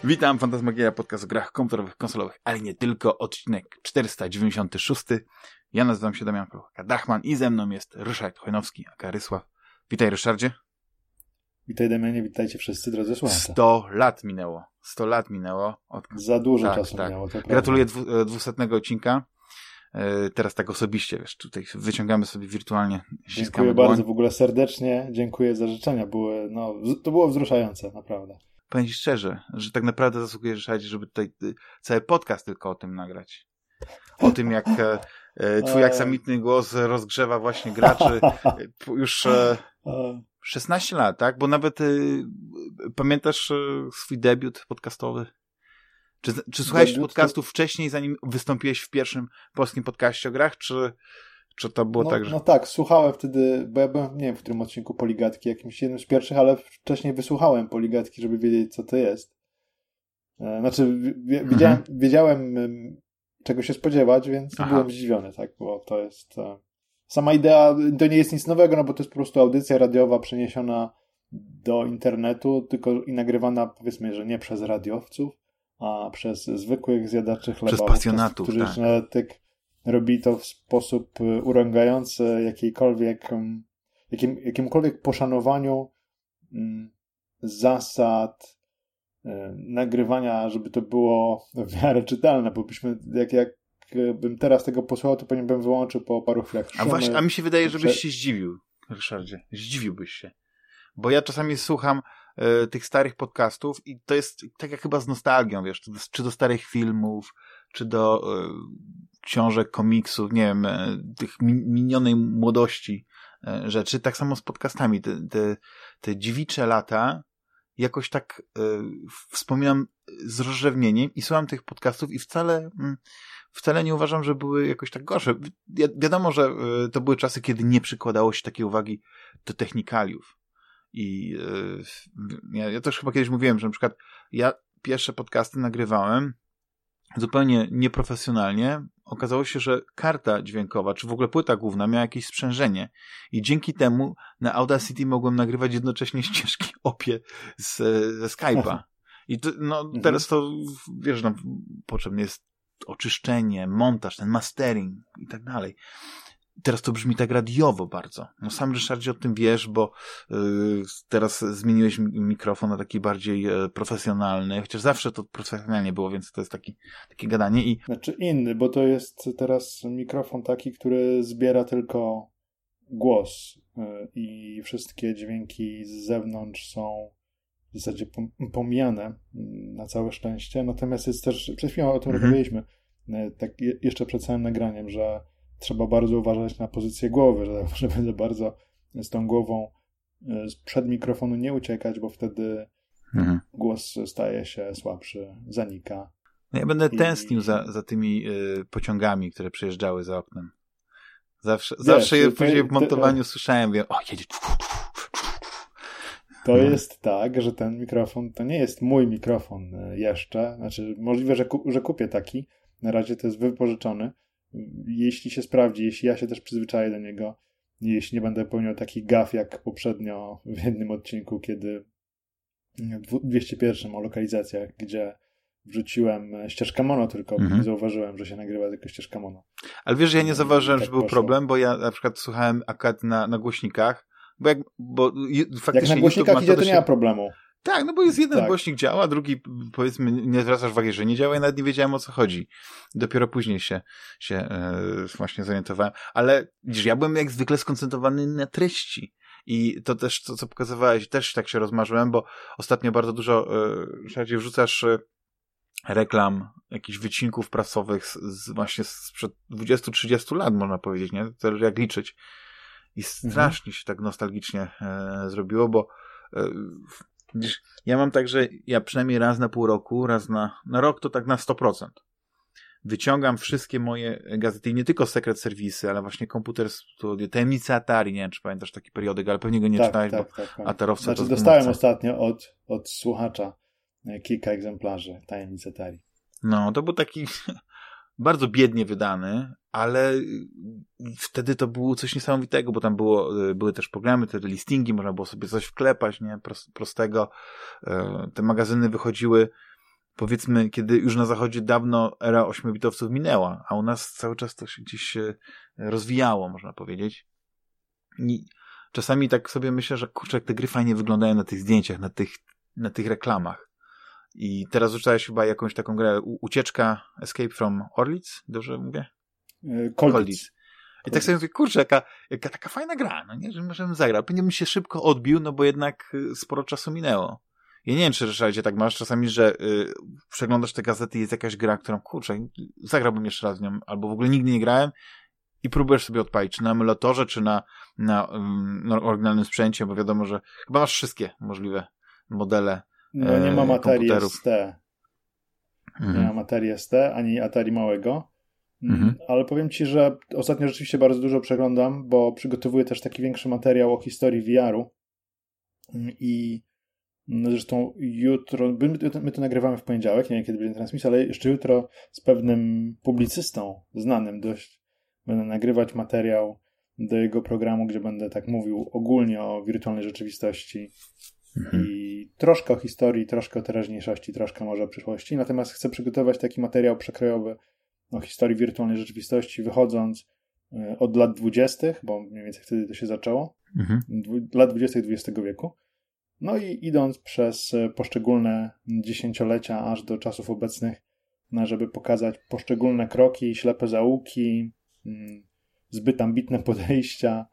Witam, Fantasmagieria, podcast o grach komputerowych, konsolowych, ale nie tylko, odcinek 496. Ja nazywam się Damian Dachman i ze mną jest Ryszard Chojnowski, aka Rysław. Witaj, Ryszardzie. Witaj, Damianie, witajcie wszyscy, drodzy słuchacze. 100 lat minęło. 100 lat minęło. Za dużo czasu minęło, to Gratuluję 200 odcinka. Teraz tak osobiście, wiesz, tutaj wyciągamy sobie wirtualnie. Dziękuję bardzo, w ogóle serdecznie dziękuję za życzenia. To było wzruszające, naprawdę. Powiem ci szczerze, że tak naprawdę zasługuje, Ryszardzie, żeby tutaj cały podcast tylko o tym nagrać. O tym, jak twój aksamitny głos rozgrzewa właśnie graczy już 16 lat, tak? Bo nawet pamiętasz swój debiut podcastowy? Czy słuchałeś podcastów wcześniej, zanim wystąpiłeś w pierwszym polskim podcaście o grach, czy to było tak, że... No tak, słuchałem wtedy, bo ja byłem, nie wiem, w którym odcinku Poligatki, jakimś jednym z pierwszych, ale wcześniej wysłuchałem Poligatki, żeby wiedzieć, co to jest. Znaczy, wiedziałem, czego się spodziewać, więc nie byłem zdziwiony, tak, bo to jest... Sama idea, to nie jest nic nowego, no bo to jest po prostu audycja radiowa przeniesiona do internetu, tylko i nagrywana, powiedzmy, że nie przez radiowców, a przez zwykłych zjadaczy chleba. Przez pasjonatów, tak. Robi to w sposób urągający jakimkolwiek poszanowaniu zasad nagrywania, żeby to było w miarę czytelne, bo jakbym teraz tego posłuchał, to pewnie bym wyłączył po paru chwilach. A mi się wydaje, żebyś się zdziwił, Ryszardzie. Zdziwiłbyś się. Bo ja czasami słucham tych starych podcastów i to jest tak jak chyba z nostalgią, wiesz, czy do starych filmów, czy do książek, komiksów, nie wiem, tych minionej młodości rzeczy. Tak samo z podcastami. Te dziewicze lata jakoś tak wspominam z rozrzewnieniem i słucham tych podcastów i wcale nie uważam, że były jakoś tak gorsze. Wiadomo, że to były czasy, kiedy nie przykładało się takiej uwagi do technikaliów. I ja też chyba kiedyś mówiłem, że na przykład ja pierwsze podcasty nagrywałem zupełnie nieprofesjonalnie. Okazało się, że karta dźwiękowa, czy w ogóle płyta główna miała jakieś sprzężenie i dzięki temu na Audacity mogłem nagrywać jednocześnie ścieżki opie ze Skype'a. I teraz to, wiesz, potrzebne jest oczyszczenie, montaż, ten mastering i tak dalej. Teraz to brzmi tak radiowo bardzo. No sam, Ryszardzie, o tym wiesz, bo teraz zmieniłeś mikrofon na taki bardziej profesjonalny, chociaż zawsze to profesjonalnie było, więc to jest takie gadanie i... Znaczy inny, bo to jest teraz mikrofon taki, który zbiera tylko głos i wszystkie dźwięki z zewnątrz są w zasadzie pomijane na całe szczęście. Natomiast jest też, przed chwilą o tym rozmawialiśmy, tak jeszcze przed całym nagraniem, że trzeba bardzo uważać na pozycję głowy, żeby za bardzo z tą głową sprzed mikrofonu nie uciekać, bo wtedy głos staje się słabszy, zanika. No ja będę tęsknił za tymi pociągami, które przejeżdżały za oknem. Zawsze je później w montowaniu słyszałem, wiem, jedzie. To jest tak, że ten mikrofon to nie jest mój mikrofon jeszcze. Znaczy, możliwe, że kupię taki. Na razie to jest wypożyczony. Jeśli się sprawdzi, jeśli ja się też przyzwyczaję do niego, jeśli nie będę pełnił taki gaf jak poprzednio w jednym odcinku, kiedy w 201 o lokalizacjach, gdzie wrzuciłem ścieżkę mono, tylko nie zauważyłem, że się nagrywa tylko ścieżka mono. Ale wiesz, że ja nie zauważyłem, że był problem, bo ja na przykład słuchałem akurat na głośnikach, bo faktycznie... Jak na głośnikach idzie, to nie ma problemu. Tak, no bo jest jeden głośnik działa, drugi, powiedzmy, nie zwracasz uwagi, że nie działa, ja nawet nie wiedziałem, o co chodzi. Dopiero później się właśnie zorientowałem. Ale widzisz, ja byłem jak zwykle skoncentrowany na treści. I to też, co pokazywałeś, też tak się rozmarzyłem, bo ostatnio bardzo dużo wrzucasz reklam, jakichś wycinków prasowych właśnie sprzed 20-30 lat, można powiedzieć, nie? To jak liczyć. I strasznie się tak nostalgicznie zrobiło, bo widzisz, ja mam tak, że ja przynajmniej raz na pół roku, raz na rok to tak na 100%. Wyciągam wszystkie moje gazety i nie tylko Secret Service'y, ale właśnie Komputer Studio, Tajemnice Atari, nie wiem, czy pamiętasz taki periodyk, ale pewnie go nie czytałeś, bo Atarowca znaczy, to dostałem ostatnio od słuchacza kilka egzemplarzy Tajemnic Atari. No, to był taki bardzo biednie wydany, ale wtedy to było coś niesamowitego, bo tam były też programy, te listingi, można było sobie coś wklepać, nie, prostego. Te magazyny wychodziły powiedzmy, kiedy już na zachodzie dawno era 8-bitowców minęła, a u nas cały czas to się gdzieś rozwijało, można powiedzieć. I czasami tak sobie myślę, że kurczę, jak te gry fajnie wyglądają na tych zdjęciach, na tych reklamach. I teraz rzucałeś chyba jakąś taką grę, Ucieczka, Escape from Orleans, dobrze mówię? Colditz. I tak sobie mówię, kurczę, jaka taka fajna gra, no nie, że możemy zagrać. Pewnie bym się szybko odbił, no bo jednak sporo czasu minęło. Ja nie wiem, czy Ryszardzie tak masz czasami, że przeglądasz te gazety i jest jakaś gra, którą, kurczę, zagrałbym jeszcze raz w nią, albo w ogóle nigdy nie grałem i próbujesz sobie odpalić, czy na emulatorze, czy na oryginalnym sprzęcie, bo wiadomo, że chyba masz wszystkie możliwe modele No nie ma materii komputerów. ST. Nie ma materii ST, ani Atari małego. Ale powiem Ci, że ostatnio rzeczywiście bardzo dużo przeglądam, bo przygotowuję też taki większy materiał o historii VR-u i zresztą jutro, my to nagrywamy w poniedziałek, nie wiem kiedy będzie transmisja, ale jeszcze jutro z pewnym publicystą znanym dość będę nagrywać materiał do jego programu, gdzie będę tak mówił ogólnie o wirtualnej rzeczywistości i troszkę o historii, troszkę o teraźniejszości, troszkę może o przyszłości. Natomiast chcę przygotować taki materiał przekrojowy o historii wirtualnej rzeczywistości, wychodząc od lat 20., bo mniej więcej wtedy to się zaczęło, lat 20. XX wieku. No i idąc przez poszczególne dziesięciolecia aż do czasów obecnych, żeby pokazać poszczególne kroki, ślepe zaułki, zbyt ambitne podejścia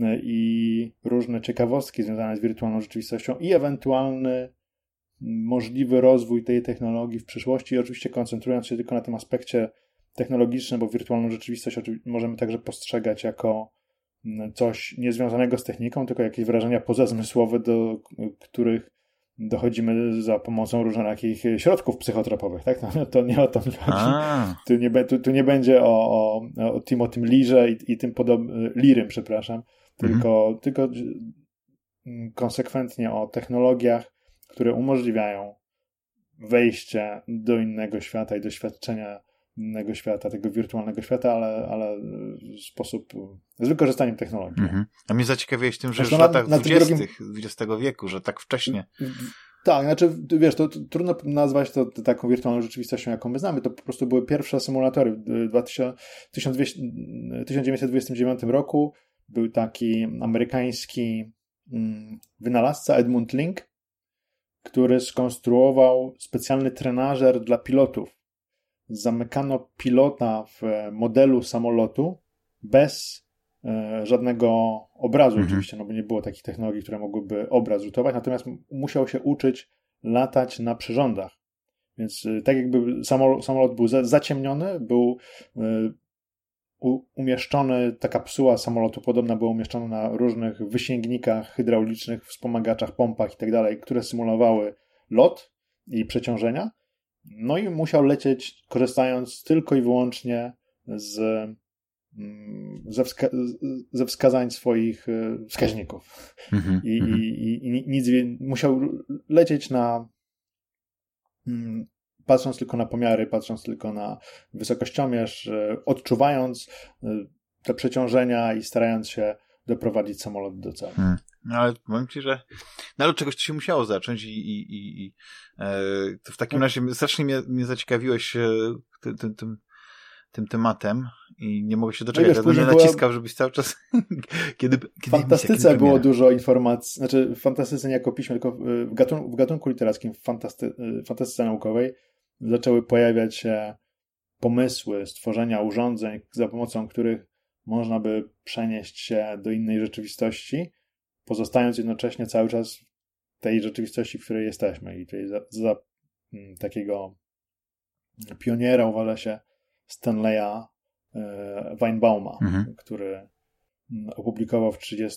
i różne ciekawostki związane z wirtualną rzeczywistością i ewentualny możliwy rozwój tej technologii w przyszłości. I oczywiście koncentrując się tylko na tym aspekcie technologicznym, bo wirtualną rzeczywistość możemy także postrzegać jako coś niezwiązanego z techniką, tylko jakieś wrażenia pozazmysłowe, do których dochodzimy za pomocą różnorakich środków psychotropowych, tak? No, to nie o to mi chodzi. Tu nie będzie o Timothym Learze i tym podobnym, Learym, przepraszam, tylko konsekwentnie o technologiach, które umożliwiają wejście do innego świata i doświadczenia innego świata, tego wirtualnego świata, ale w sposób z wykorzystaniem technologii. A mnie zaciekawiłeś tym, że już w latach 20. XX wieku, że tak wcześnie. Tak, znaczy, wiesz, to trudno nazwać to taką wirtualną rzeczywistością, jaką my znamy. To po prostu były pierwsze symulatory. W 1929 roku był taki amerykański wynalazca Edmund Link, który skonstruował specjalny trenażer dla pilotów. Zamykano pilota w modelu samolotu bez żadnego obrazu oczywiście, no bo nie było takich technologii, które mogłyby obraz rzutować, natomiast musiał się uczyć latać na przyrządach. Więc tak jakby samolot był zaciemniony, był umieszczony, ta kapsuła samolotu podobna była umieszczona na różnych wysięgnikach hydraulicznych, wspomagaczach, pompach i tak dalej, które symulowały lot i przeciążenia. No i musiał lecieć korzystając tylko i wyłącznie ze wskazań swoich wskaźników. I nic musiał lecieć patrząc tylko na pomiary, patrząc tylko na wysokościomierz, odczuwając te przeciążenia i starając się doprowadzić samolot do celu. No ale powiem Ci, że od czegoś to się musiało zacząć i to w takim razie strasznie mnie zaciekawiłeś tym tematem i nie mogę się doczekać. Ja będę naciskał, żebyś cały czas kiedy w fantastyce było dużo informacji, znaczy w fantastyce nie jako piśmie, tylko w gatunku literackim, w fantastyce naukowej zaczęły pojawiać się pomysły stworzenia urządzeń, za pomocą których można by przenieść się do innej rzeczywistości, pozostając jednocześnie cały czas w tej rzeczywistości, w której jesteśmy. I tutaj za takiego pioniera uważa się Stanleya Weinbauma, który opublikował w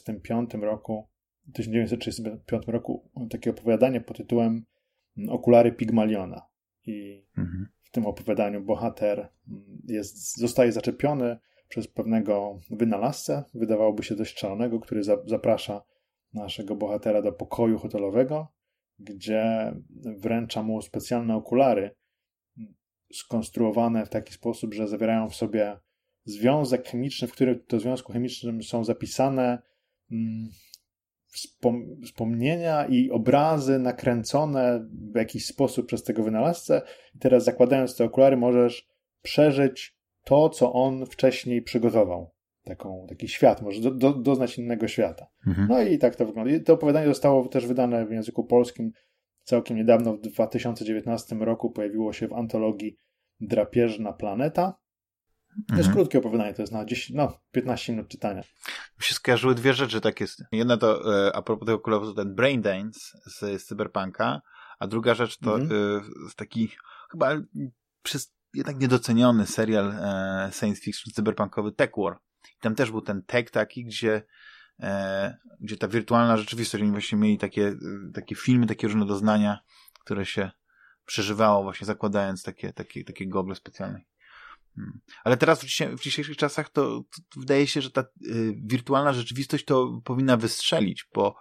1935 roku takie opowiadanie pod tytułem Okulary Pigmaliona. I w tym opowiadaniu bohater zostaje zaczepiony przez pewnego wynalazcę, wydawałoby się dość szalonego, który zaprasza naszego bohatera do pokoju hotelowego, gdzie wręcza mu specjalne okulary skonstruowane w taki sposób, że zawierają w sobie związek chemiczny, w którym to związku chemicznym są zapisane wspomnienia i obrazy nakręcone w jakiś sposób przez tego wynalazcę i teraz zakładając te okulary możesz przeżyć to, co on wcześniej przygotował. Taki świat, możesz doznać innego świata. No i tak to wygląda. I to opowiadanie zostało też wydane w języku polskim całkiem niedawno, w 2019 roku pojawiło się w antologii Drapieżna planeta. To jest krótkie opowiadanie, to jest na 15 minut czytania. Mi się skojarzyły dwie rzeczy takie. Jedna to a propos tego królowa, ten Brain Dance z Cyberpunka, a druga rzecz to taki chyba jednak niedoceniony serial science fiction cyberpunkowy Tech War. I tam też był ten tech taki, gdzie ta wirtualna rzeczywistość, oni właśnie mieli takie filmy, takie różne doznania, które się przeżywało właśnie zakładając takie gogle specjalne. Ale teraz w dzisiejszych czasach to wydaje się, że ta wirtualna rzeczywistość to powinna wystrzelić, bo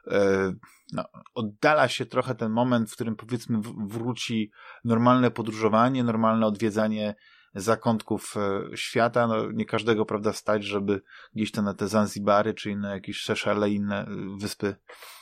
oddala się trochę ten moment, w którym powiedzmy wróci normalne podróżowanie, normalne odwiedzanie zakątków świata. No, nie każdego, prawda, stać, żeby gdzieś to na te Zanzibary, czy inne jakieś Szeszele, inne wyspy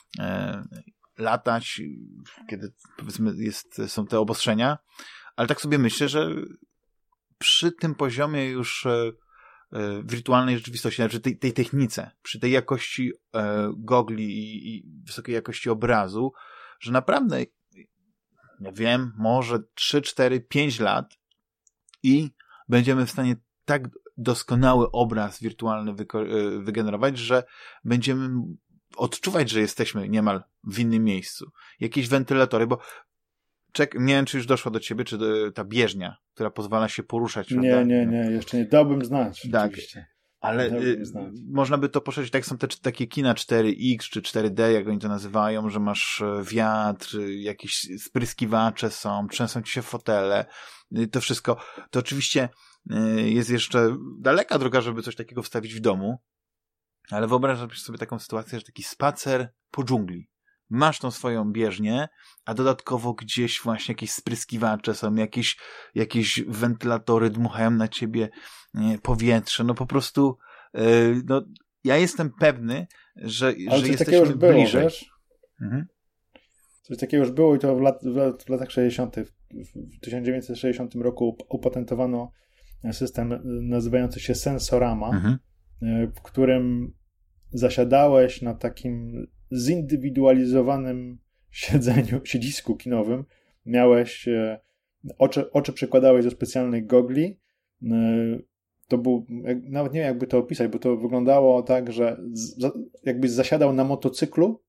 latać, kiedy powiedzmy są te obostrzenia. Ale tak sobie myślę, że przy tym poziomie już wirtualnej rzeczywistości, znaczy tej technice, przy tej jakości gogli i wysokiej jakości obrazu, że naprawdę, nie wiem, może 3, 4, 5 lat i będziemy w stanie tak doskonały obraz wirtualny wygenerować, że będziemy odczuwać, że jesteśmy niemal w innym miejscu. Jakieś wentylatory, bo nie wiem, czy już doszło do ciebie, czy ta bieżnia, która pozwala się poruszać. Nie, jeszcze nie. Dałbym znać. Tak, oczywiście. ale można by to poszerzyć. Tak są takie kina 4X czy 4D, jak oni to nazywają, że masz wiatr, jakieś spryskiwacze są, trzęsą ci się fotele. To wszystko. To oczywiście jest jeszcze daleka droga, żeby coś takiego wstawić w domu, ale wyobrażasz sobie taką sytuację, że taki spacer po dżungli. Masz tą swoją bieżnię, a dodatkowo gdzieś właśnie jakieś spryskiwacze są, jakieś wentylatory dmuchają na ciebie powietrze. No po prostu ja jestem pewny, że jesteśmy już było, bliżej. Wiesz? Coś takiego już było i to w latach 60. W 1960 roku opatentowano system nazywający się Sensorama, w którym zasiadałeś na takim zindywidualizowanym siedzisku kinowym. Miałeś oczy przykładałeś do specjalnych gogli. To był, nawet nie wiem jakby to opisać, bo to wyglądało tak, że jakbyś zasiadał na motocyklu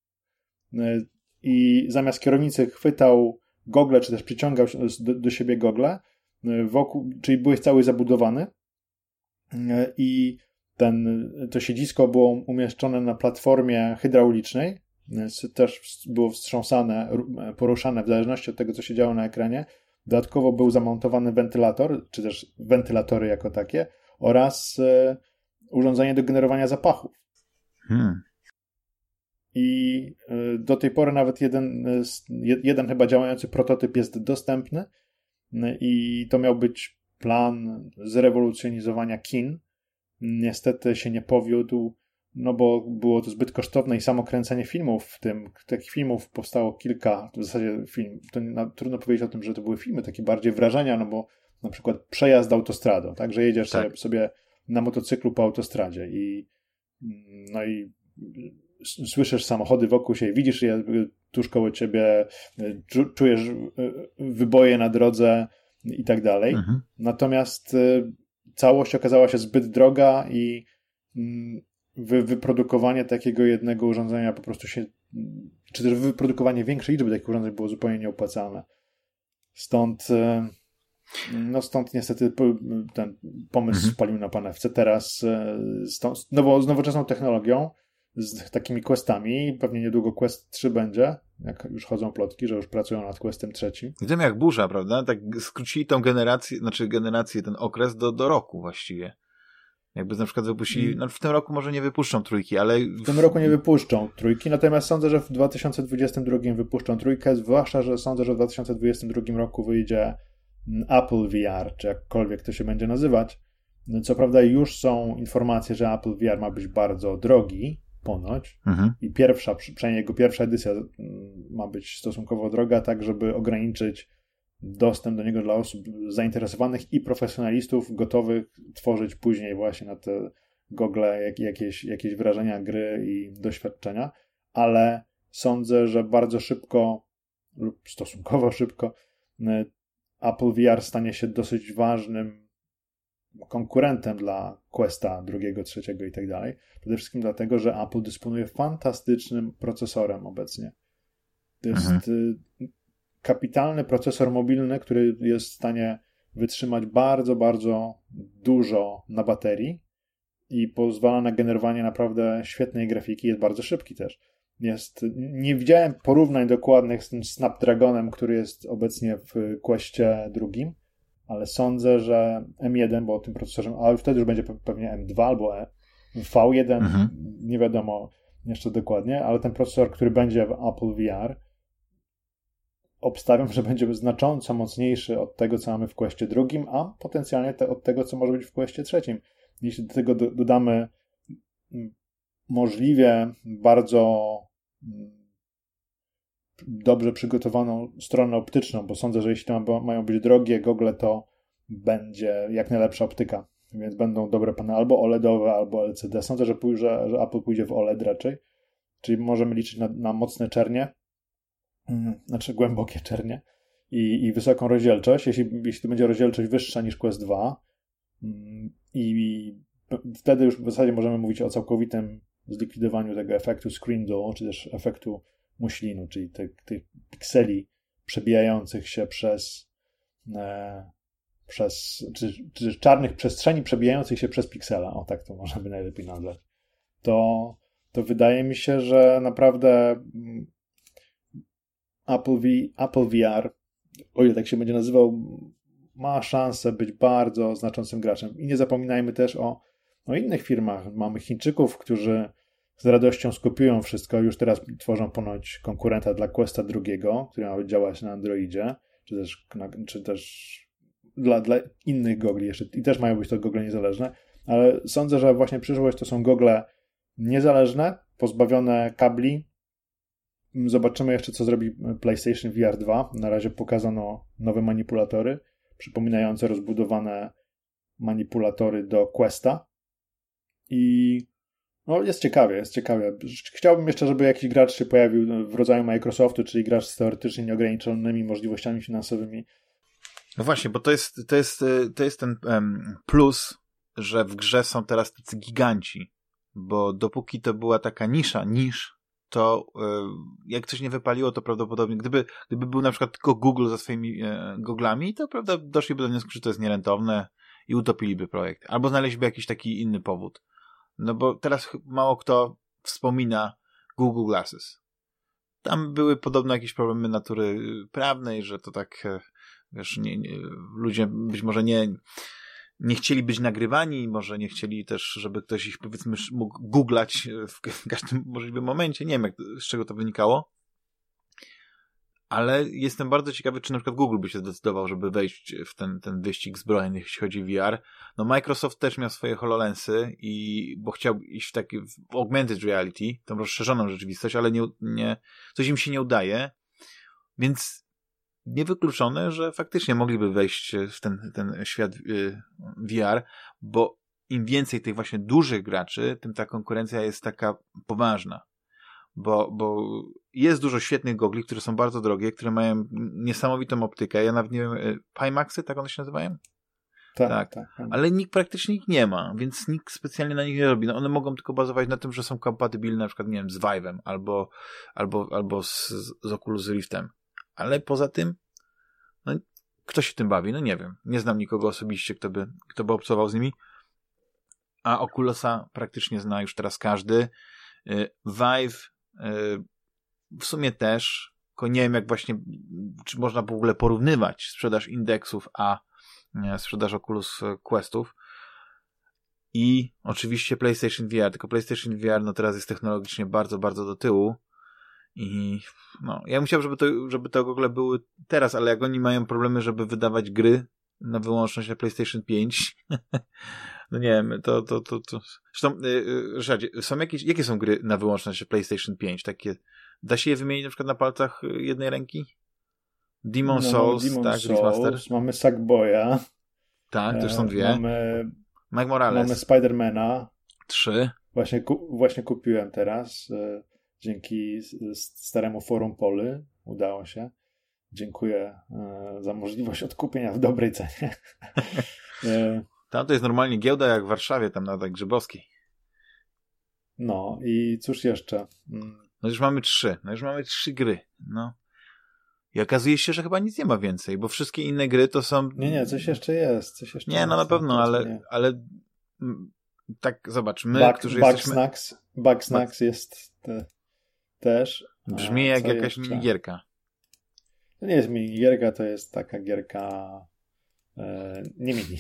i zamiast kierownicy chwytał gogle, czy też przyciągał do siebie gogle wokół, czyli byłeś cały zabudowany i to siedzisko było umieszczone na platformie hydraulicznej, też było wstrząsane, poruszane w zależności od tego, co się działo na ekranie. Dodatkowo był zamontowany wentylator, czy też wentylatory jako takie oraz urządzenie do generowania zapachów. I do tej pory nawet jeden chyba działający prototyp jest dostępny i to miał być plan zrewolucjonizowania kin. Niestety się nie powiódł, no bo było to zbyt kosztowne i samo kręcenie filmów, takich filmów powstało kilka, w zasadzie trudno powiedzieć o tym, że to były filmy, takie bardziej wrażenia, no bo na przykład przejazd autostradą, tak, że jedziesz sobie na motocyklu po autostradzie i słyszysz samochody wokół siebie, widzisz je tuż koło ciebie, czujesz wyboje na drodze i tak dalej. Natomiast całość okazała się zbyt droga i wyprodukowanie takiego jednego urządzenia po prostu czy też wyprodukowanie większej liczby takich urządzeń było zupełnie nieopłacalne. Stąd niestety ten pomysł spalił na panewce. Teraz z nowoczesną technologią, z takimi questami, pewnie niedługo Quest 3 będzie, jak już chodzą plotki, że już pracują nad Questem 3. Widzimy jak burza, prawda? Tak skrócili tą generację, ten okres do roku właściwie. Jakby na przykład wypuścili, w tym roku może nie wypuszczą 3, ale... W tym roku nie wypuszczą 3, natomiast sądzę, że w 2022 wypuszczą 3, zwłaszcza, że sądzę, że w 2022 roku wyjdzie Apple VR, czy jakkolwiek to się będzie nazywać. Co prawda już są informacje, że Apple VR ma być bardzo drogi, ponoć. I przynajmniej jego pierwsza edycja ma być stosunkowo droga, tak żeby ograniczyć dostęp do niego dla osób zainteresowanych i profesjonalistów gotowych tworzyć później właśnie na te gogle jakieś wrażenia, gry i doświadczenia, ale sądzę, że bardzo szybko lub stosunkowo szybko Apple VR stanie się dosyć ważnym konkurentem dla Questa drugiego, trzeciego i tak dalej. Przede wszystkim dlatego, że Apple dysponuje fantastycznym procesorem obecnie. To jest kapitalny procesor mobilny, który jest w stanie wytrzymać bardzo, bardzo dużo na baterii i pozwala na generowanie naprawdę świetnej grafiki. Jest bardzo szybki też. Nie widziałem porównań dokładnych z tym Snapdragonem, który jest obecnie w Questie drugim, ale sądzę, że M1, bo tym procesorze, ale wtedy już będzie pewnie M2 albo V1, nie wiadomo jeszcze dokładnie, ale ten procesor, który będzie w Apple VR, obstawiam, że będzie znacząco mocniejszy od tego, co mamy w Questie drugim, a potencjalnie od tego, co może być w Questie trzecim. Jeśli do tego dodamy możliwie bardzo dobrze przygotowaną stronę optyczną, bo sądzę, że jeśli to mają być drogie gogle, to będzie jak najlepsza optyka, więc będą dobre panele albo OLEDowe, albo LCD. Sądzę, że Apple pójdzie w OLED raczej, czyli możemy liczyć na mocne czernie, znaczy głębokie czernie i wysoką rozdzielczość. Jeśli to będzie rozdzielczość wyższa niż Quest 2 i wtedy już w zasadzie możemy mówić o całkowitym zlikwidowaniu tego efektu screen door, czy też efektu muślinu, czyli tych pikseli przebijających się czy czarnych przestrzeni przebijających się przez piksela. O tak to można by najlepiej nazwać. To wydaje mi się, że naprawdę Apple VR, o ile tak się będzie nazywał, ma szansę być bardzo znaczącym graczem. I nie zapominajmy też o innych firmach. Mamy Chińczyków, którzy z radością skopiują wszystko. Już teraz tworzą ponoć konkurenta dla Questa drugiego, który ma działać na Androidzie, czy też dla innych gogli jeszcze. I też mają być to gogle niezależne. Ale sądzę, że właśnie przyszłość to są gogle niezależne, pozbawione kabli. Zobaczymy jeszcze, co zrobi PlayStation VR 2. Na razie pokazano nowe manipulatory, przypominające rozbudowane manipulatory do Questa. I jest ciekawie. Chciałbym jeszcze, żeby jakiś gracz się pojawił w rodzaju Microsoftu, czyli gracz z teoretycznie nieograniczonymi możliwościami finansowymi. No właśnie, bo to jest ten plus, że w grze są teraz tacy giganci, bo dopóki to była taka nisz, to jak coś nie wypaliło, to prawdopodobnie, gdyby był na przykład tylko Google za swoimi goglami, to prawda doszliby do wniosku, że to jest nierentowne i utopiliby projekt. Albo znaleźliby jakiś taki inny powód. No bo teraz mało kto wspomina Google Glasses. Tam były podobno jakieś problemy natury prawnej, że to tak, wiesz, ludzie być może nie chcieli być nagrywani, może nie chcieli też, żeby ktoś ich, powiedzmy, mógł googlać w każdym możliwym momencie. Nie wiem, z czego to wynikało. Ale jestem bardzo ciekawy, czy na przykład Google by się zdecydował, żeby wejść w ten wyścig zbrojny, jeśli chodzi o VR. No Microsoft też miał swoje HoloLensy bo chciał iść w augmented reality, tą rozszerzoną rzeczywistość, ale coś im się nie udaje. Więc niewykluczone, że faktycznie mogliby wejść w ten świat VR, bo im więcej tych właśnie dużych graczy, tym ta konkurencja jest taka poważna. Bo jest dużo świetnych gogli, które są bardzo drogie, które mają niesamowitą optykę. Ja nawet nie wiem, Pimaxy, tak one się nazywają? Tak. Ale praktycznie nikt nie ma, więc nikt specjalnie na nich nie robi. No one mogą tylko bazować na tym, że są kompatybilne na przykład, nie wiem, z Vive'em albo z Oculus Riftem. Ale poza tym, no kto się tym bawi? No nie wiem. Nie znam nikogo osobiście, kto by obcował z nimi. A Oculusa praktycznie zna już teraz każdy. Vive w sumie też, tylko nie wiem jak właśnie, czy można w ogóle porównywać sprzedaż indeksów a sprzedaż Oculus Questów. I oczywiście PlayStation VR, tylko PlayStation VR no teraz jest technologicznie bardzo, bardzo do tyłu i no, ja bym chciał, żeby to w ogóle były teraz, ale jak oni mają problemy, żeby wydawać gry, na wyłączność na PlayStation 5. No nie wiem, to. Zresztą, Ryszardzie, jakie są gry na wyłączność na PlayStation 5? Takie, da się je wymienić na przykład na palcach jednej ręki? Demon's Souls, tak, remaster. Mamy Sackboya. Tak, to już są 2. Mamy Mike Morales. Mamy Spidermana. 3. Właśnie kupiłem teraz. Dzięki staremu forum Poly udało się. Dziękuję za możliwość odkupienia w dobrej cenie. Tam to jest normalnie giełda jak w Warszawie, tam na Grzybowskiej. No i cóż jeszcze? No już mamy 3. No już mamy 3 gry. No. I okazuje się, że chyba nic nie ma więcej, bo wszystkie inne gry to są... Nie, coś jeszcze jest. Nie, no na pewno, ale tak, zobacz, my, którzy jesteśmy... Bugsnax jest też. Brzmi jak jakaś minigierka. To nie jest minigierka, to jest taka gierka nie mini.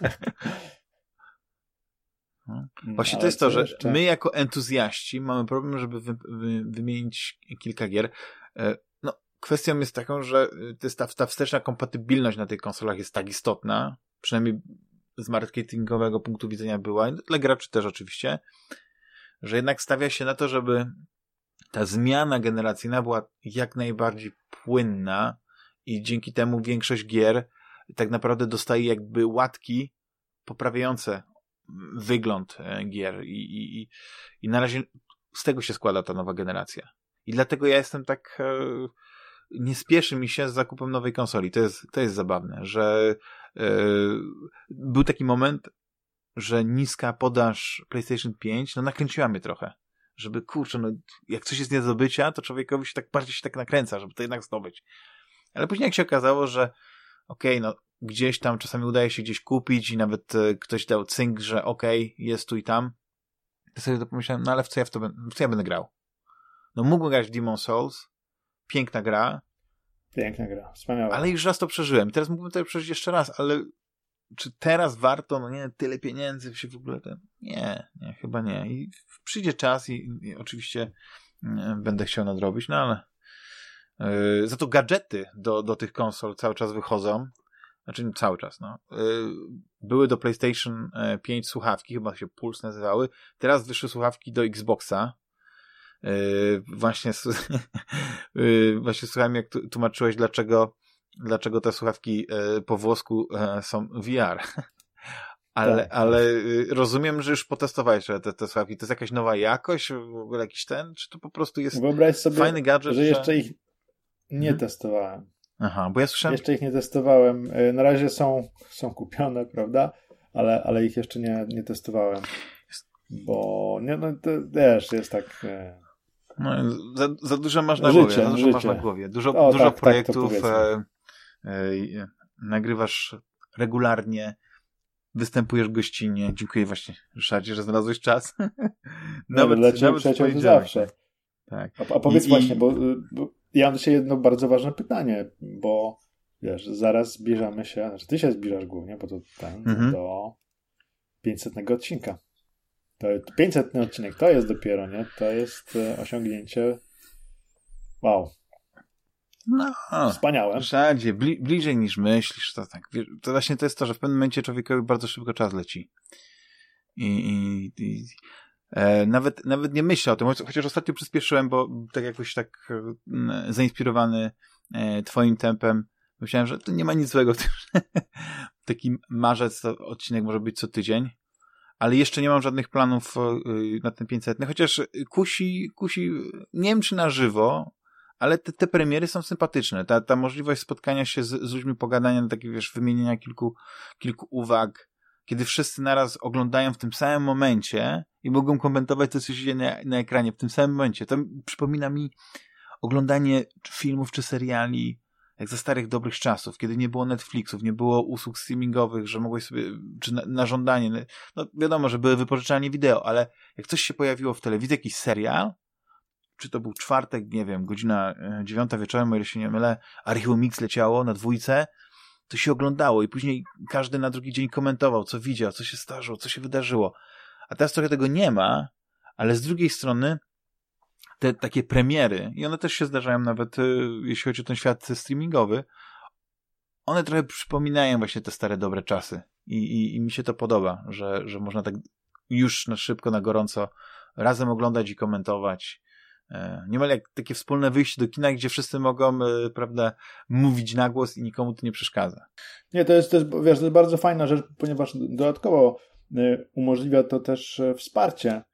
Właśnie to jest to, że jeszcze? My jako entuzjaści mamy problem, żeby wymienić kilka gier. No, kwestią jest taką, że ta wsteczna kompatybilność na tych konsolach jest tak istotna, przynajmniej z marketingowego punktu widzenia była, dla graczy też oczywiście, że jednak stawia się na to, żeby ta zmiana generacyjna była jak najbardziej płynna i dzięki temu większość gier tak naprawdę dostaje jakby łatki poprawiające wygląd gier i na razie z tego się składa ta nowa generacja. I dlatego ja jestem tak nie spieszy mi się z zakupem nowej konsoli. To jest zabawne, że był taki moment, że niska podaż PlayStation 5 nakręciła mnie trochę. Żeby, kurczę, jak coś jest nie do zdobycia, to człowiekowi się tak bardziej się tak nakręca, żeby to jednak zdobyć. Ale później jak się okazało, że gdzieś tam czasami udaje się gdzieś kupić i nawet ktoś dał cynk, że jest tu i tam, to sobie to pomyślałem, ale w co ja będę grał? No mógłbym grać w Demon's Souls, piękna gra, wspaniała. Ale już raz to przeżyłem. Teraz mógłbym to przeżyć jeszcze raz, ale czy teraz warto? Tyle pieniędzy się w ogóle... Nie, chyba nie. I przyjdzie czas i oczywiście będę chciał nadrobić, ale za to gadżety do tych konsol cały czas wychodzą. Znaczy cały czas, były do PlayStation 5 słuchawki, chyba się Pulse nazywały. Teraz wyszły słuchawki do Xboxa. Właśnie słuchałem, jak tłumaczyłeś, dlaczego te słuchawki po włosku są VR. Ale rozumiem, że już potestowałeś te słuchawki. To jest jakaś nowa jakość? W ogóle jakiś czy to po prostu jest Wyobraź sobie, fajny gadżet? Że jeszcze ich nie testowałem. Aha, bo ja słyszałem... Jeszcze ich nie testowałem. Na razie są kupione, prawda? Ale ich jeszcze nie testowałem. Bo to wiesz, jest tak... Za dużo masz na głowie. Masz na głowie. Dużo projektów. Nagrywasz regularnie. Występujesz gościnnie. Dziękuję właśnie, Ryszardzie, że znalazłeś czas. Nawet przyjaciół zawsze. Tak. A powiedz właśnie, bo ja mam dzisiaj jedno bardzo ważne pytanie, bo wiesz, zaraz zbliżamy się, znaczy ty się zbliżasz głównie, bo to do 500 odcinka. To 500 odcinek to jest dopiero, nie? To jest osiągnięcie. Wow. Wspaniałe. Ryszardzie, bliżej niż myślisz. To tak. To właśnie to jest to, że w pewnym momencie człowiekowi bardzo szybko czas leci. Nawet nie myślę o tym, chociaż ostatnio przyspieszyłem, bo tak jakoś zainspirowany twoim tempem myślałem, że to nie ma nic złego w tym, że taki marzec to odcinek może być co tydzień, ale jeszcze nie mam żadnych planów na ten 500, chociaż kusi nie wiem czy na żywo, ale te premiery są sympatyczne. Ta możliwość spotkania się z ludźmi, pogadania, wymienienia kilku uwag, kiedy wszyscy naraz oglądają w tym samym momencie i mogą komentować to, co się dzieje na ekranie w tym samym momencie. To przypomina mi oglądanie filmów czy seriali jak ze starych dobrych czasów, kiedy nie było Netflixów, nie było usług streamingowych, że mogłeś sobie, czy na żądanie, wiadomo, że były wypożyczalnie wideo, ale jak coś się pojawiło w telewizji, jakiś serial, czy to był czwartek, nie wiem, godzina 9 wieczorem, o ile się nie mylę, Archiwum Mix leciało na 2, to się oglądało i później każdy na drugi dzień komentował, co widział, co się zdarzyło, co się wydarzyło. A teraz trochę tego nie ma, ale z drugiej strony te takie premiery, i one też się zdarzają nawet, jeśli chodzi o ten świat streamingowy, one trochę przypominają właśnie te stare, dobre czasy. I mi się to podoba, że można tak już na szybko, na gorąco razem oglądać i komentować. Niemal jak takie wspólne wyjście do kina, gdzie wszyscy mogą, prawda, mówić na głos i nikomu to nie przeszkadza. Nie, to jest, wiesz, to jest bardzo fajna rzecz, ponieważ dodatkowo umożliwia to też wsparcie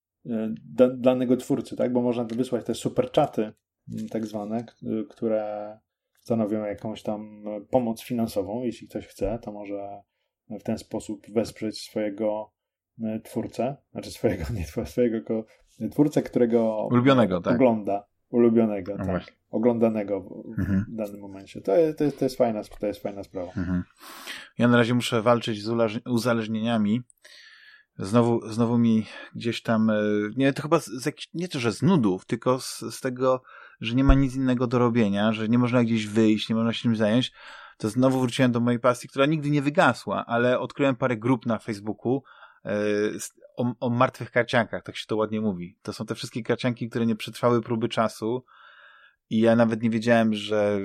danego twórcy, tak? Bo można wysłać te super czaty, tak zwane, które stanowią jakąś tam pomoc finansową. Jeśli ktoś chce, to może w ten sposób wesprzeć swojego twórcę, znaczy swojego twórcę, którego ulubionego, tak. Ulubionego, No tak. właśnie. Oglądanego w danym momencie. To jest fajna sprawa. Ja na razie muszę walczyć z uzależnieniami. Znowu mi gdzieś tam, nie, to chyba nie to, że z nudów, tylko z tego, że nie ma nic innego do robienia, że nie można gdzieś wyjść, nie można się tym zająć, to znowu wróciłem do mojej pasji, która nigdy nie wygasła, ale odkryłem parę grup na Facebooku o martwych karciankach, tak się to ładnie mówi. To są te wszystkie karcianki, które nie przetrwały próby czasu i ja nawet nie wiedziałem, że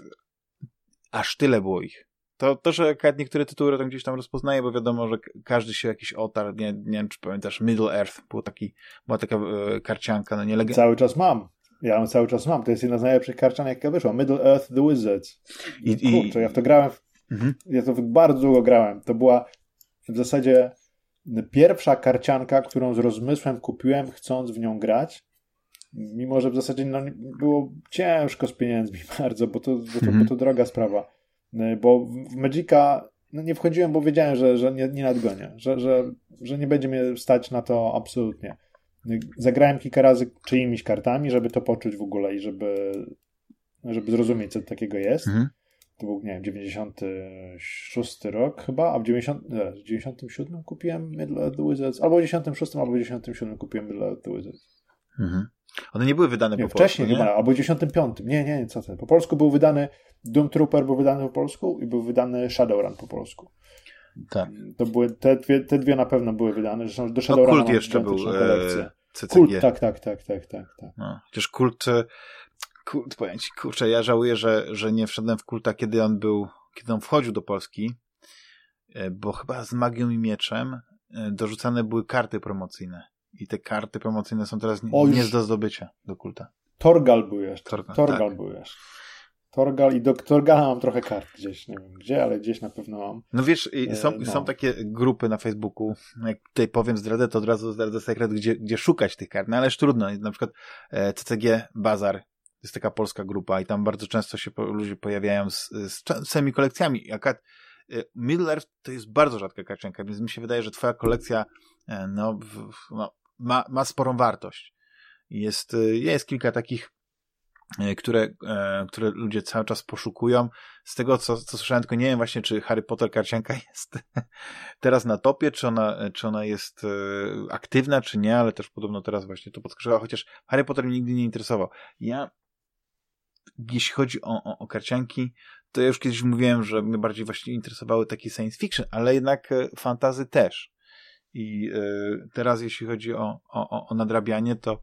aż tyle było ich. To, że niektóre tytuły tam gdzieś tam rozpoznaję, bo wiadomo, że każdy się jakiś otarł, nie wiem, czy pamiętasz, Middle Earth, była taka karcianka, no nie Cały czas mam. Ja ją cały czas mam. To jest jedna z najlepszych karcianek, jaka wyszła. Middle Earth The Wizards. Kurczę, ja w to grałem. Ja to bardzo długo grałem. To była w zasadzie pierwsza karcianka, którą z rozmysłem kupiłem, chcąc w nią grać. Mimo, że w zasadzie było ciężko z pieniędzmi bardzo, bo to droga sprawa. Bo w Magica nie wchodziłem, bo wiedziałem, że nie nadgonię. Że nie będzie mnie stać na to absolutnie. Zagrałem kilka razy czyimiś kartami, żeby to poczuć w ogóle i żeby zrozumieć, co takiego jest. To był, nie wiem, 96 rok chyba, a w 97 kupiłem Middle Earth The Wizards, albo w 96 albo w 97 kupiłem Middle Earth The Wizards. One nie były wydane po polsku, wcześniej nie? Chyba, albo w 95. Nie, co ty. Po polsku był wydany Doom Trooper, był wydany po polsku i był wydany Shadowrun po polsku. Tak. To były te dwie na pewno były wydane. Zresztą do Shadowruna Kult jeszcze był CCG. Kult, tak. No, chociaż Kult, powiem ci, kurczę, ja żałuję, że nie wszedłem w Kulta, kiedy on wchodził do Polski, bo chyba z Magią i Mieczem dorzucane były karty promocyjne. I te karty promocyjne są teraz nie do zdobycia do Kulta. Torgal był jeszcze. Torgal był jeszcze. Torgal i do Torgala mam trochę kart gdzieś, nie wiem gdzie, ale gdzieś na pewno mam. No wiesz, są takie grupy na Facebooku, jak tutaj powiem zdradę, to od razu zdradzę sekret, gdzie szukać tych kart, no ależ trudno. Na przykład CCG Bazar, to jest taka polska grupa i tam bardzo często się ludzie pojawiają z całymi kolekcjami. Middle Earth to jest bardzo rzadka karcianka, więc mi się wydaje, że twoja kolekcja ma sporą wartość. Jest kilka takich, które ludzie cały czas poszukują. Z tego, co słyszałem, tylko nie wiem właśnie, czy Harry Potter karcianka jest teraz na topie, czy ona jest aktywna, czy nie, ale też podobno teraz właśnie to podskoczyła, chociaż Harry Potter mnie nigdy nie interesował. Jeśli chodzi o karcianki, to ja już kiedyś mówiłem, że mnie bardziej właśnie interesowały takie science fiction, ale jednak fantasy też. I teraz jeśli chodzi o nadrabianie, to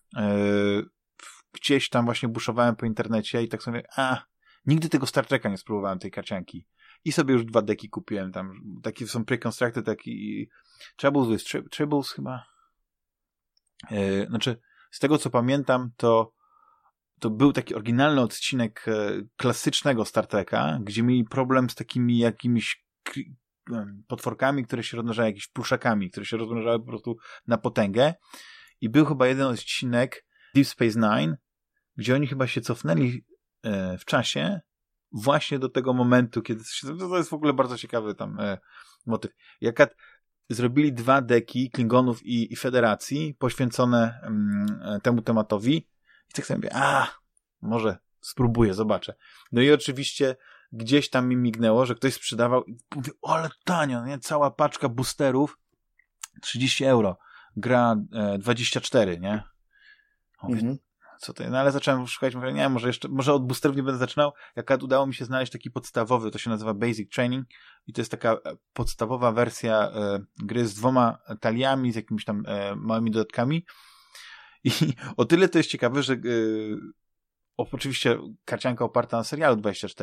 gdzieś tam właśnie buszowałem po internecie i tak sobie nigdy tego Star Treka nie spróbowałem, tej karcianki. I sobie już 2 deki kupiłem tam. Takie są pre-constructed, taki Tribbles chyba. Znaczy, z tego co pamiętam, to był taki oryginalny odcinek klasycznego Star Treka, gdzie mieli problem z takimi jakimiś potworkami, które się rozmnażały, jakimiś pluszakami, które się rozmnażały po prostu na potęgę. I był chyba jeden odcinek Deep Space Nine, gdzie oni chyba się cofnęli w czasie właśnie do tego momentu, kiedy to jest w ogóle bardzo ciekawy tam motyw. Jak zrobili 2 deki Klingonów i Federacji poświęcone temu tematowi i tak sobie mówię, może spróbuję, zobaczę. No i oczywiście gdzieś tam mi mignęło, że ktoś sprzedawał i mówię, ale tanio, nie? Cała paczka boosterów 30 €. Gra 24, nie? Mówię, co to jest? No ale zacząłem szukać, mówię, nie, może od boosterów nie będę zaczynał. Jak udało mi się znaleźć taki podstawowy, to się nazywa Basic Training i to jest taka podstawowa wersja gry z 2 taliami, z jakimiś tam małymi dodatkami. I o tyle to jest ciekawe, że oczywiście karcianka oparta na serialu 24,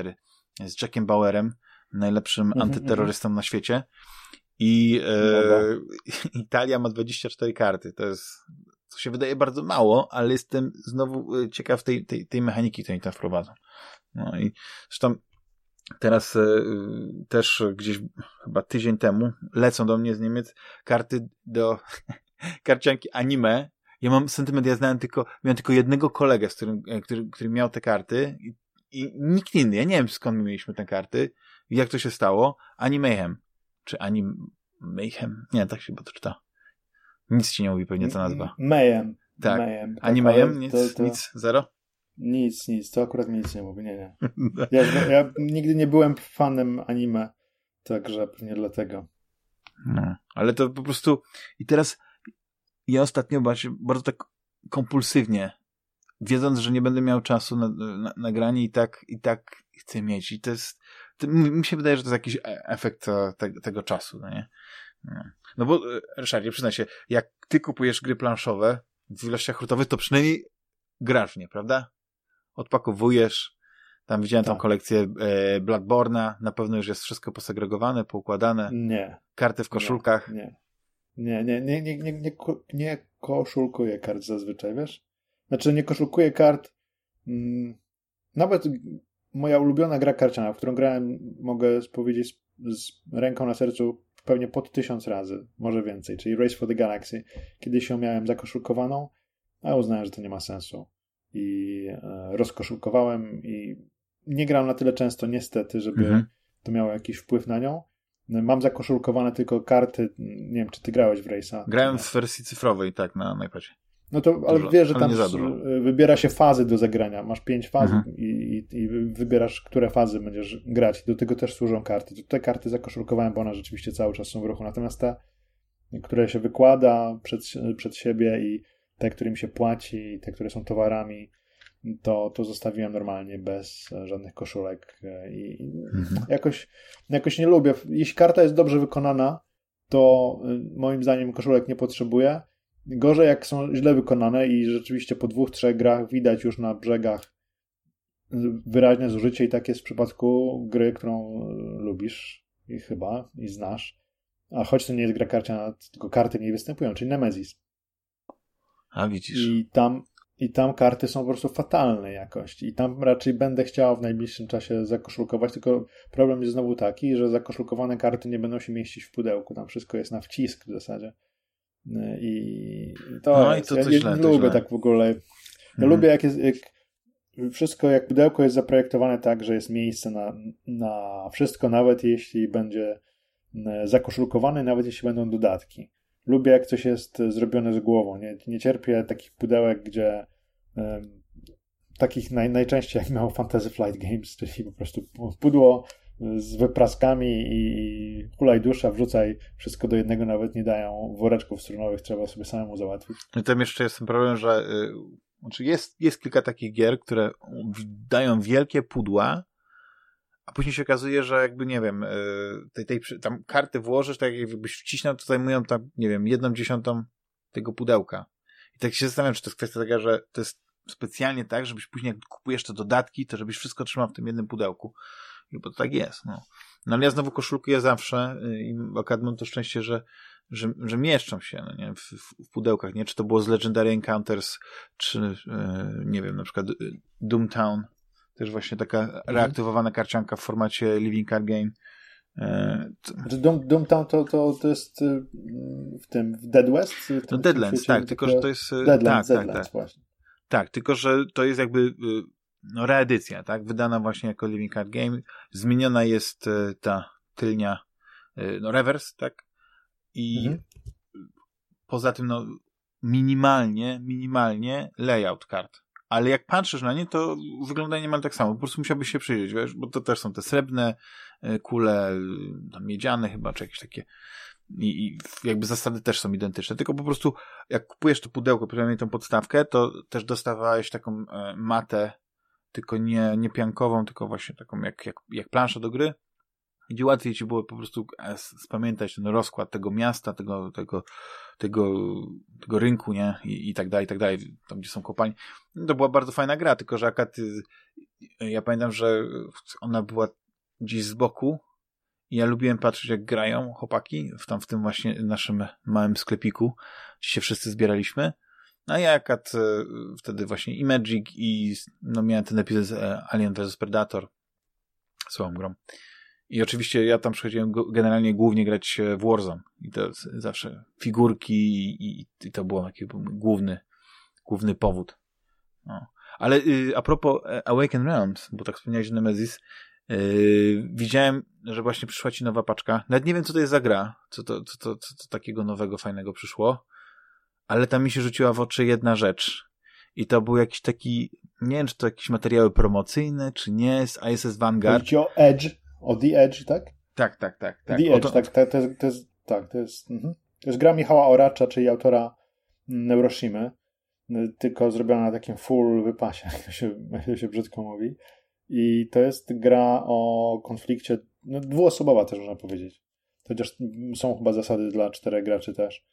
z Jackiem Bauerem, najlepszym antyterrorystą na świecie. I Italia ma 24 karty. To jest, co się wydaje bardzo mało, ale jestem znowu ciekaw tej mechaniki, której tam wprowadzą. No i zresztą teraz też gdzieś chyba tydzień temu lecą do mnie z Niemiec karty do karcianki anime. Ja mam sentyment, miałem tylko jednego kolegę, który miał te karty i nikt inny. Ja nie wiem, skąd my mieliśmy te karty i jak to się stało. Mayhem. Czy Mayhem? Nie, tak się chyba to czyta. Nic ci nie mówi pewnie ta nazwa. Mayhem. Tak. Mayhem. Mayhem? Nic? Zero? Nic. To akurat mi nic nie mówi. Nie. Ja nigdy nie byłem fanem anime, także pewnie dlatego. No, ale to po prostu i teraz ja ostatnio bardzo tak kompulsywnie, wiedząc, że nie będę miał czasu na granie i tak chcę mieć. I to jest, mi się wydaje, że to jest jakiś efekt tego czasu, no nie? No bo, Ryszardzie, przyznaj się, jak ty kupujesz gry planszowe w ilościach hurtowych, to przynajmniej grasz w nie, prawda? Odpakowujesz, tam widziałem tą kolekcję Bloodborne'a, na pewno już jest wszystko posegregowane, poukładane. Nie. Karty w koszulkach. Nie koszulkuję kart zazwyczaj, wiesz? Znaczy nie koszulkuję kart. Nawet moja ulubiona gra karciana, w którą grałem, mogę powiedzieć z ręką na sercu pewnie pod 1000 razy, może więcej, czyli Race for the Galaxy. Kiedyś ją miałem zakoszulkowaną, a uznałem, że to nie ma sensu. I rozkoszulkowałem i nie gram na tyle często, niestety, żeby to miało jakiś wpływ na nią. Mam zakoszulkowane tylko karty, nie wiem, czy ty grałeś w Race'a? Grałem w wersji cyfrowej, tak, na iPadzie. No to, ale wiesz, że tam wybiera się fazy do zagrania. Masz 5 faz i wybierasz, które fazy będziesz grać. Do tego też służą karty. To te karty zakoszulkowałem, bo one rzeczywiście cały czas są w ruchu. Natomiast te, które się wykłada przed siebie i te, którym się płaci, i te, które są towarami, to zostawiłem normalnie, bez żadnych koszulek. I jakoś nie lubię. Jeśli karta jest dobrze wykonana, to moim zdaniem koszulek nie potrzebuje. Gorzej, jak są źle wykonane i rzeczywiście po 2-3 grach widać już na brzegach wyraźne zużycie i tak jest w przypadku gry, którą lubisz i znasz. A choć to nie jest gra karciana, tylko karty w niej występują, czyli Nemesis. A widzisz. I tam karty są po prostu fatalnej jakości. I tam raczej będę chciał w najbliższym czasie zakoszulkować, tylko problem jest znowu taki, że zakoszulkowane karty nie będą się mieścić w pudełku. Tam wszystko jest na wcisk w zasadzie. I to ja nie lubię tak w ogóle. Ja lubię, jak wszystko, jak pudełko jest zaprojektowane tak, że jest miejsce na wszystko, nawet jeśli będzie zakoszulkowane, nawet jeśli będą dodatki. Lubię, jak coś jest zrobione z głową. Nie cierpię takich pudełek, gdzie takich najczęściej jak miał Fantasy Flight Games, czyli po prostu pudło z wypraskami i hulaj dusza, wrzucaj wszystko do jednego, nawet nie dają woreczków strunowych, trzeba sobie samemu załatwić. I tam jeszcze jest ten problem, że jest kilka takich gier, które dają wielkie pudła, a później się okazuje, że jakby, nie wiem, tam karty włożysz, tak jakbyś wciśnął, to zajmują tam, nie wiem, 1/10 tego pudełka. I tak się zastanawiam, czy to jest kwestia taka, że to jest specjalnie tak, żebyś później, jak kupujesz te dodatki, to żebyś wszystko trzymał w tym jednym pudełku. Bo to tak jest, no. No ale ja znowu koszulkuję zawsze i akurat mam to szczęście, że mieszczą się, no nie? W pudełkach, nie? Czy to było z Legendary Encounters, czy nie wiem, na przykład Doomtown, też właśnie taka reaktywowana karcianka w formacie Living Card Game. Doomtown to jest w Dead West? No Deadlands, tak, tylko że to jest... Deadlands właśnie. Tak, tylko że to jest jakby reedycja, tak? Wydana właśnie jako Living Card Game. Zmieniona jest ta tylnia reverse, tak? I poza tym minimalnie layout kart. Ale jak patrzysz na nie, to wygląda niemal tak samo. Po prostu musiałbyś się przyjrzeć, wiesz? Bo to też są te srebrne kule, tam miedziane chyba, czy jakieś takie. I jakby zasady też są identyczne. Tylko po prostu jak kupujesz to pudełko, przynajmniej tą podstawkę, to też dostawałeś taką matę, tylko nie piankową, tylko właśnie taką jak plansza do gry, gdzie łatwiej ci było po prostu spamiętać ten rozkład tego miasta, tego rynku, nie? I tak dalej, tam gdzie są kopalnie. No to była bardzo fajna gra, tylko że ja pamiętam, że ona była gdzieś z boku i ja lubiłem patrzeć, jak grają chłopaki w tym właśnie naszym małym sklepiku, gdzie się wszyscy zbieraliśmy. No a ja akad wtedy właśnie i Magic i miałem ten epizod z Alien vs Predator, słabą grą. I oczywiście ja tam przychodziłem generalnie głównie grać w Warzone. I to zawsze figurki i to był taki główny powód. No. Ale a propos Awaken Realms, bo tak wspomniałeś o Nemesis, widziałem, że właśnie przyszła ci nowa paczka. Nawet nie wiem, co to jest za gra, co to takiego nowego, fajnego przyszło, ale tam mi się rzuciła w oczy jedna rzecz. I to był jakiś taki, nie wiem, czy to jakieś materiały promocyjne, czy nie, z ISS Vanguard. Chodzi o Edge, o The Edge, tak? Tak. The Edge, to jest gra Michała Oracza, czyli autora Neuroshimy, tylko zrobiona na takim full wypasie, jak się brzydko mówi. I to jest gra o konflikcie, dwuosobowa też można powiedzieć. Chociaż są chyba zasady dla 4 graczy też.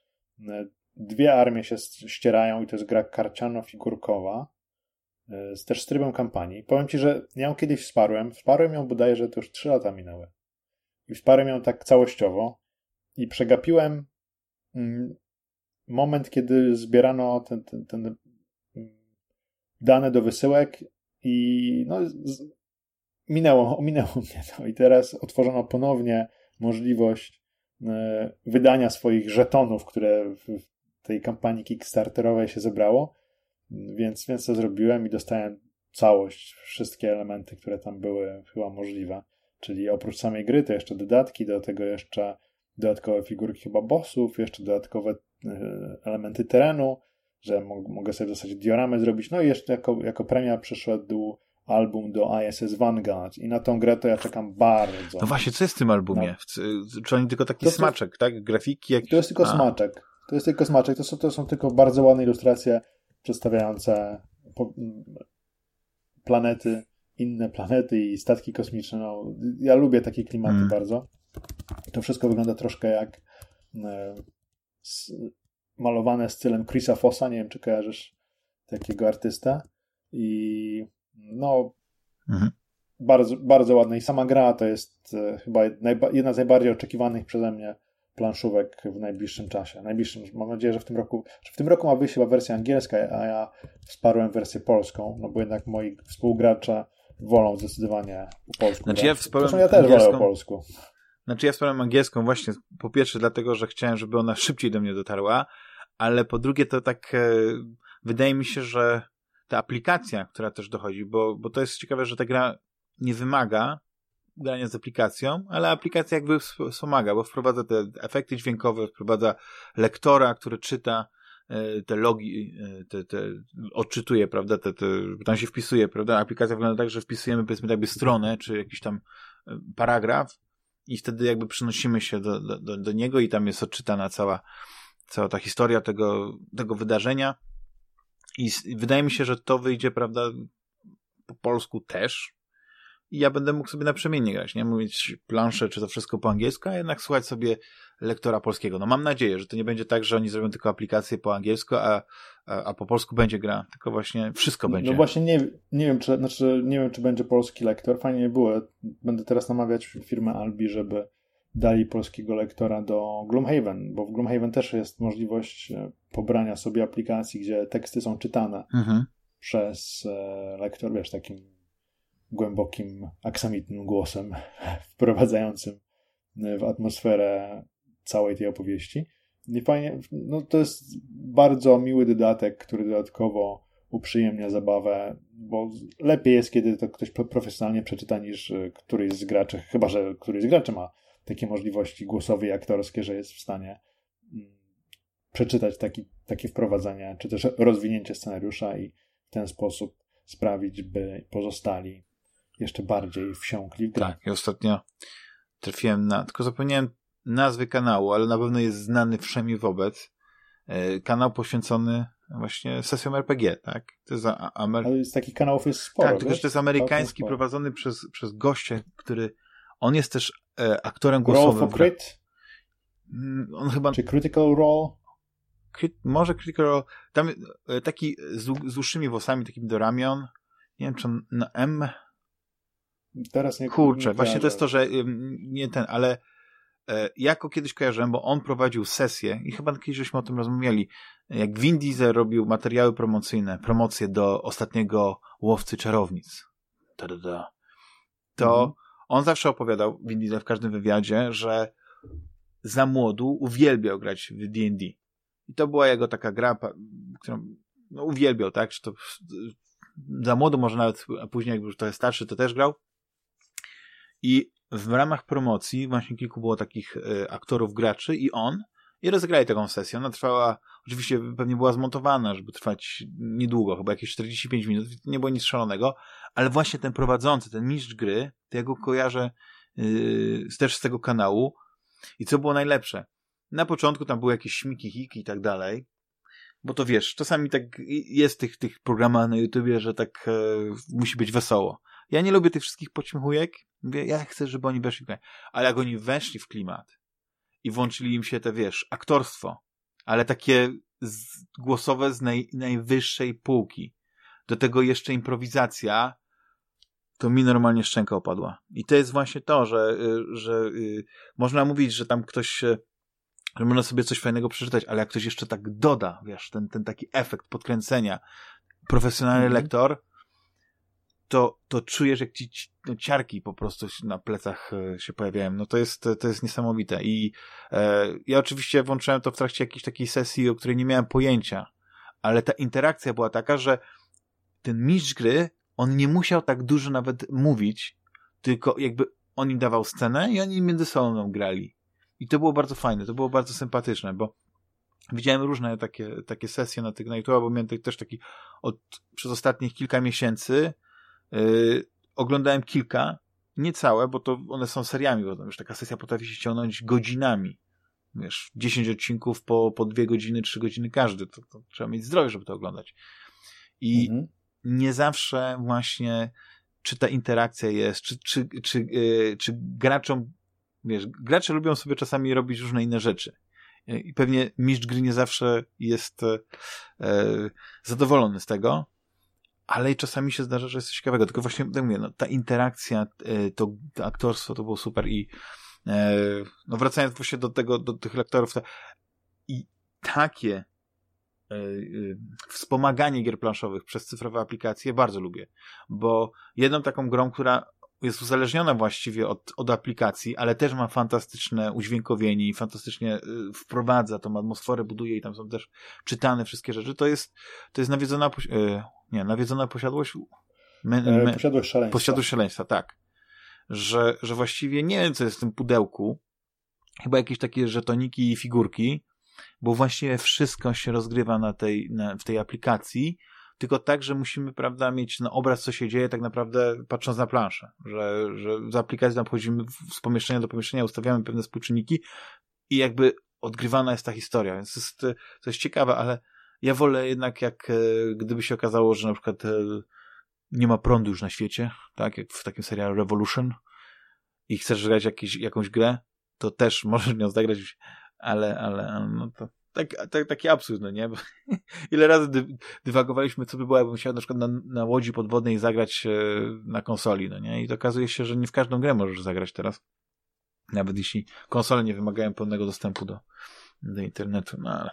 2 armie się ścierają i to jest gra karciano-figurkowa, też z trybem kampanii. Powiem ci, że ja ją kiedyś wsparłem. Wsparłem ją bodajże, to już 3 lata minęły. I wsparłem ją tak całościowo i przegapiłem moment, kiedy zbierano ten dane do wysyłek i minęło mnie to. I teraz otworzono ponownie możliwość wydania swoich żetonów, które w tej kampanii kickstarterowej się zebrało. Więc to zrobiłem i dostałem całość, wszystkie elementy, które tam były chyba możliwe. Czyli oprócz samej gry to jeszcze dodatki, do tego jeszcze dodatkowe figurki chyba bossów, jeszcze dodatkowe elementy terenu, że mogę sobie w zasadzie dioramę zrobić. No i jeszcze jako premia przyszedł album do ISS Vanguard i na tą grę to ja czekam bardzo. No właśnie, co jest w tym albumie? Czy oni tylko taki smaczek, tak? Grafiki? To jest tylko smaczek. To są tylko bardzo ładne ilustracje przedstawiające planety, inne planety i statki kosmiczne. No, ja lubię takie klimaty bardzo. To wszystko wygląda troszkę jak malowane stylem Chrisa Fossa. Nie wiem, czy kojarzysz takiego artystę. I bardzo, bardzo ładna. I sama gra to jest chyba jedna z najbardziej oczekiwanych przeze mnie planszówek w najbliższym czasie. Mam nadzieję, że w tym roku ma wyjść chyba wersja angielska, a ja wsparłem wersję polską, no bo jednak moi współgracze wolą zdecydowanie po polsku. Znaczy ja wsparłem ja też wolę po polsku. Znaczy ja wsparłem angielską właśnie po pierwsze dlatego, że chciałem, żeby ona szybciej do mnie dotarła, ale po drugie to tak wydaje mi się, że ta aplikacja, która też dochodzi, bo to jest ciekawe, że ta gra nie wymaga grania z aplikacją, ale aplikacja jakby wspomaga, bo wprowadza te efekty dźwiękowe, wprowadza lektora, który czyta te logi, odczytuje, prawda, tam się wpisuje, prawda, aplikacja wygląda tak, że wpisujemy powiedzmy jakby stronę, czy jakiś tam paragraf i wtedy jakby przenosimy się do niego i tam jest odczytana cała ta historia tego wydarzenia i wydaje mi się, że to wyjdzie, prawda, po polsku też, i ja będę mógł sobie naprzemiennie grać, nie? Mówić planszę, czy to wszystko po angielsku, a jednak słuchać sobie lektora polskiego. No mam nadzieję, że to nie będzie tak, że oni zrobią tylko aplikację po angielsku, a po polsku będzie gra, tylko właśnie wszystko będzie. No właśnie nie wiem, czy będzie polski lektor. Fajnie nie było. Będę teraz namawiać firmę Albi, żeby dali polskiego lektora do Gloomhaven, bo w Gloomhaven też jest możliwość pobrania sobie aplikacji, gdzie teksty są czytane przez lektor, wiesz, takim głębokim, aksamitnym głosem wprowadzającym w atmosferę całej tej opowieści. I fajnie, no to jest bardzo miły dodatek, który dodatkowo uprzyjemnia zabawę, bo lepiej jest, kiedy to ktoś profesjonalnie przeczyta niż któryś z graczy, chyba że któryś z graczy ma takie możliwości głosowe i aktorskie, że jest w stanie przeczytać takie wprowadzenie, czy też rozwinięcie scenariusza i w ten sposób sprawić, by pozostali jeszcze bardziej wsiąkli w grę. Tak, i ostatnio trafiłem tylko zapomniałem nazwy kanału, ale na pewno jest znany wszemi wobec. Kanał poświęcony właśnie sesjom RPG, tak? To jest ale z takich kanałów jest sporo. Tak, tylko że to jest amerykański, prowadzony przez gościa, który on jest też aktorem głosowym. Roll for Crit? On chyba... Czy Critical Role? Może Critical Role. Tam taki z dłuższymi włosami, takim do ramion. Nie wiem, czy on na M... Teraz nie. Kurczę, nie właśnie to jest to, że nie ten, ale jako kiedyś kojarzyłem, bo on prowadził sesję i chyba kiedyś żeśmy o tym rozmawiali, jak Vin Diesel robił materiały promocyjne, promocje do ostatniego Łowcy Czarownic. To on zawsze opowiadał, Vin Diesel w każdym wywiadzie, że za młodu uwielbiał grać w D&D. I to była jego taka gra, którą uwielbiał, tak? Czy to za młodu, może nawet później, jak już trochę starszy, to też grał. I w ramach promocji właśnie kilku było takich aktorów, graczy i rozegrali taką sesję. Ona trwała, oczywiście pewnie była zmontowana, żeby trwać niedługo, chyba jakieś 45 minut, nie było nic szalonego, ale właśnie ten prowadzący, ten mistrz gry, to ja go kojarzę też z tego kanału. I co było najlepsze? Na początku tam były jakieś śmiki, hiki i tak dalej, bo to wiesz, czasami tak jest tych programach na YouTubie, że tak musi być wesoło. Ja nie lubię tych wszystkich podśmiechujek. Mówię, ja chcę, żeby oni weszli w klimat. Ale jak oni weszli w klimat i włączyli im się te, wiesz, aktorstwo, ale takie głosowe z najwyższej półki. Do tego jeszcze improwizacja, to mi normalnie szczęka opadła. I to jest właśnie to, że można mówić, że tam ktoś, że można sobie coś fajnego przeczytać, ale jak ktoś jeszcze tak doda, wiesz, ten taki efekt podkręcenia, profesjonalny lektor, to czujesz, jak ci ciarki po prostu na plecach się pojawiają. No to jest niesamowite. I ja oczywiście włączyłem to w trakcie jakiejś takiej sesji, o której nie miałem pojęcia, ale ta interakcja była taka, że ten mistrz gry, on nie musiał tak dużo nawet mówić, tylko jakby on im dawał scenę i oni między sobą grali. I to było bardzo fajne, to było bardzo sympatyczne, bo widziałem różne takie sesje na YouTube, bo miałem też taki przez ostatnich kilka miesięcy oglądałem kilka, nie całe, bo to one są seriami, bo już taka sesja potrafi się ciągnąć godzinami. Wiesz, 10 odcinków po 2 godziny, 3 godziny każdy. To trzeba mieć zdrowie, żeby to oglądać. I nie zawsze właśnie czy ta interakcja jest, czy graczom, wiesz, gracze lubią sobie czasami robić różne inne rzeczy. I pewnie mistrz gry nie zawsze jest zadowolony z tego, ale czasami się zdarza, że jest coś ciekawego. Tylko właśnie, tak mówię, no, ta interakcja, to aktorstwo, to było super i no wracając właśnie do tych lektorów, i takie wspomaganie gier planszowych przez cyfrowe aplikacje bardzo lubię, bo jedną taką grą, która jest uzależniona właściwie od aplikacji, ale też ma fantastyczne udźwiękowienie i fantastycznie wprowadza tą atmosferę, buduje i tam są też czytane wszystkie rzeczy, to jest nawiedzona posiadłość posiadłość szaleństwa. Posiadłość szaleństwa, tak. Że właściwie nie wiem, co jest w tym pudełku, chyba jakieś takie żetoniki i figurki, bo właściwie wszystko się rozgrywa w tej aplikacji, tylko tak, że musimy, prawda, mieć na obraz, co się dzieje, tak naprawdę patrząc na planszę, że z aplikacji tam chodzimy z pomieszczenia do pomieszczenia, ustawiamy pewne współczynniki i jakby odgrywana jest ta historia, więc to jest ciekawe, ale ja wolę jednak, gdyby się okazało, że na przykład nie ma prądu już na świecie, tak, jak w takim serialu Revolution i chcesz grać jakąś grę, to też możesz nią zagrać, ale no to taki absurd, no nie? Bo ile razy dywagowaliśmy, co by było, jakbym chciał na przykład na łodzi podwodnej zagrać na konsoli, no nie? I to okazuje się, że nie w każdą grę możesz zagrać teraz. Nawet jeśli konsole nie wymagają pełnego dostępu do internetu, no ale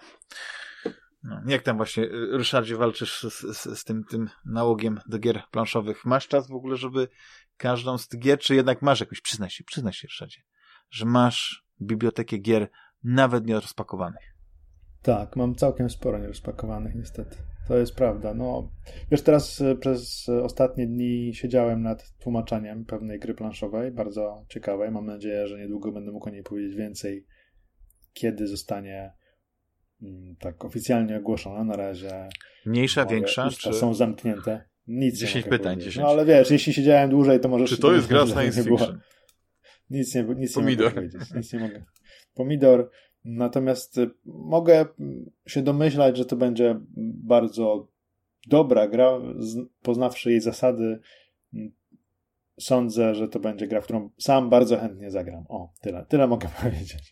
jak tam właśnie, Ryszardzie, walczysz z tym nałogiem do gier planszowych? Masz czas w ogóle, żeby każdą z tych gier, czy jednak masz jakąś, przyznaj się, Ryszardzie, że masz bibliotekę gier nawet nierozpakowanych? Tak, mam całkiem sporo nierozpakowanych niestety. To jest prawda. No, wiesz, teraz przez ostatnie dni siedziałem nad tłumaczeniem pewnej gry planszowej, bardzo ciekawej. Mam nadzieję, że niedługo będę mógł o niej powiedzieć więcej, kiedy zostanie tak oficjalnie ogłoszona. Na razie mniejsza, większa? Czy są zamknięte. Nic 10 nie pytań, powiedzieć. 10. No ale wiesz, jeśli siedziałem dłużej, to może... Czy to jest gra science fiction? Nic nie Pomidor. mogę powiedzieć. Nic nie mogę. Pomidor. Natomiast mogę się domyślać, że to będzie bardzo dobra gra. Poznawszy jej zasady, sądzę, że to będzie gra, w którą sam bardzo chętnie zagram. O, tyle mogę powiedzieć.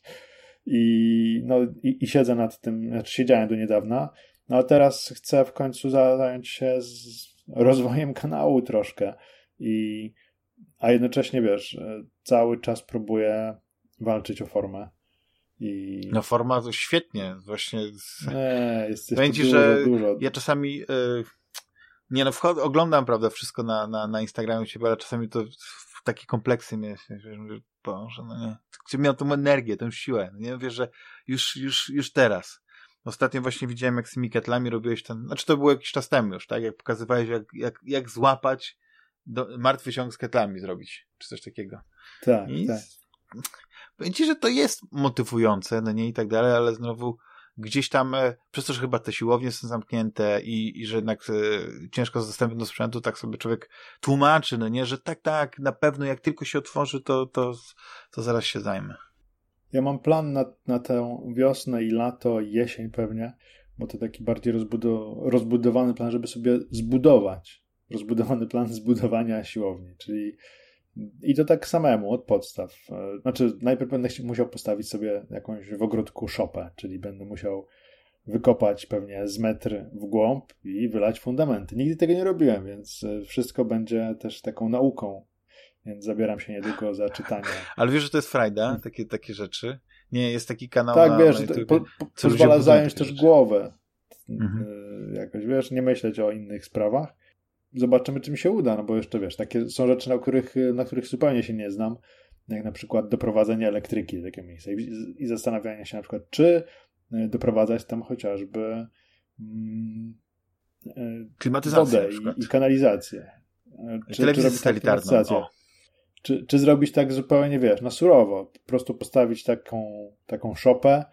I siedzę nad tym, znaczy siedziałem do niedawna, no a teraz chcę w końcu zająć się z rozwojem kanału troszkę. A jednocześnie, wiesz, cały czas próbuję walczyć o formę. No forma to świetnie, właśnie. Jest Powiem ci, że ja czasami oglądam, prawda, wszystko na Instagramie ciebie, ale czasami to takie kompleksy mnie, że Boże, no nie. Gdzie miał tą energię, tę siłę, no nie? Wiesz, że już teraz. Ostatnio właśnie widziałem, jak z tymi ketlami robiłeś znaczy to było jakiś czas temu już, tak? Jak pokazywałeś, jak złapać martwy ciąg z ketlami zrobić, czy coś takiego. Tak, tak. Powiem ci, że to jest motywujące, no nie, i tak dalej, ale znowu gdzieś tam, przez to, że chyba te siłownie są zamknięte i że jednak ciężko z dostępem do sprzętu, tak sobie człowiek tłumaczy, no nie, że tak, na pewno jak tylko się otworzy, to zaraz się zajmę. Ja mam plan na tę wiosnę i lato, i jesień pewnie, bo to taki bardziej rozbudowany plan, żeby sobie rozbudowany plan zbudowania siłowni, czyli i to tak samemu, od podstaw. Znaczy, najpierw będę musiał postawić sobie jakąś w ogródku szopę, czyli będę musiał wykopać pewnie z metr w głąb i wylać fundamenty. Nigdy tego nie robiłem, więc wszystko będzie też taką nauką. Więc zabieram się niedługo za czytanie. Ale wiesz, że to jest frajda, takie rzeczy? Nie, jest taki kanał tak, na wiesz, YouTube, pozwala zająć też rzeczy. Głowę. Jakoś, wiesz, nie myśleć o innych sprawach. Zobaczymy, czy mi się uda, no bo jeszcze, wiesz, takie są rzeczy, na których zupełnie się nie znam, jak na przykład doprowadzenie elektryki do takiego miejsca i zastanawianie się na przykład, czy doprowadzać tam chociażby wodę i kanalizację. Czy robić satelitarną. Czy zrobić tak zupełnie, wiesz, na surowo. Po prostu postawić taką szopę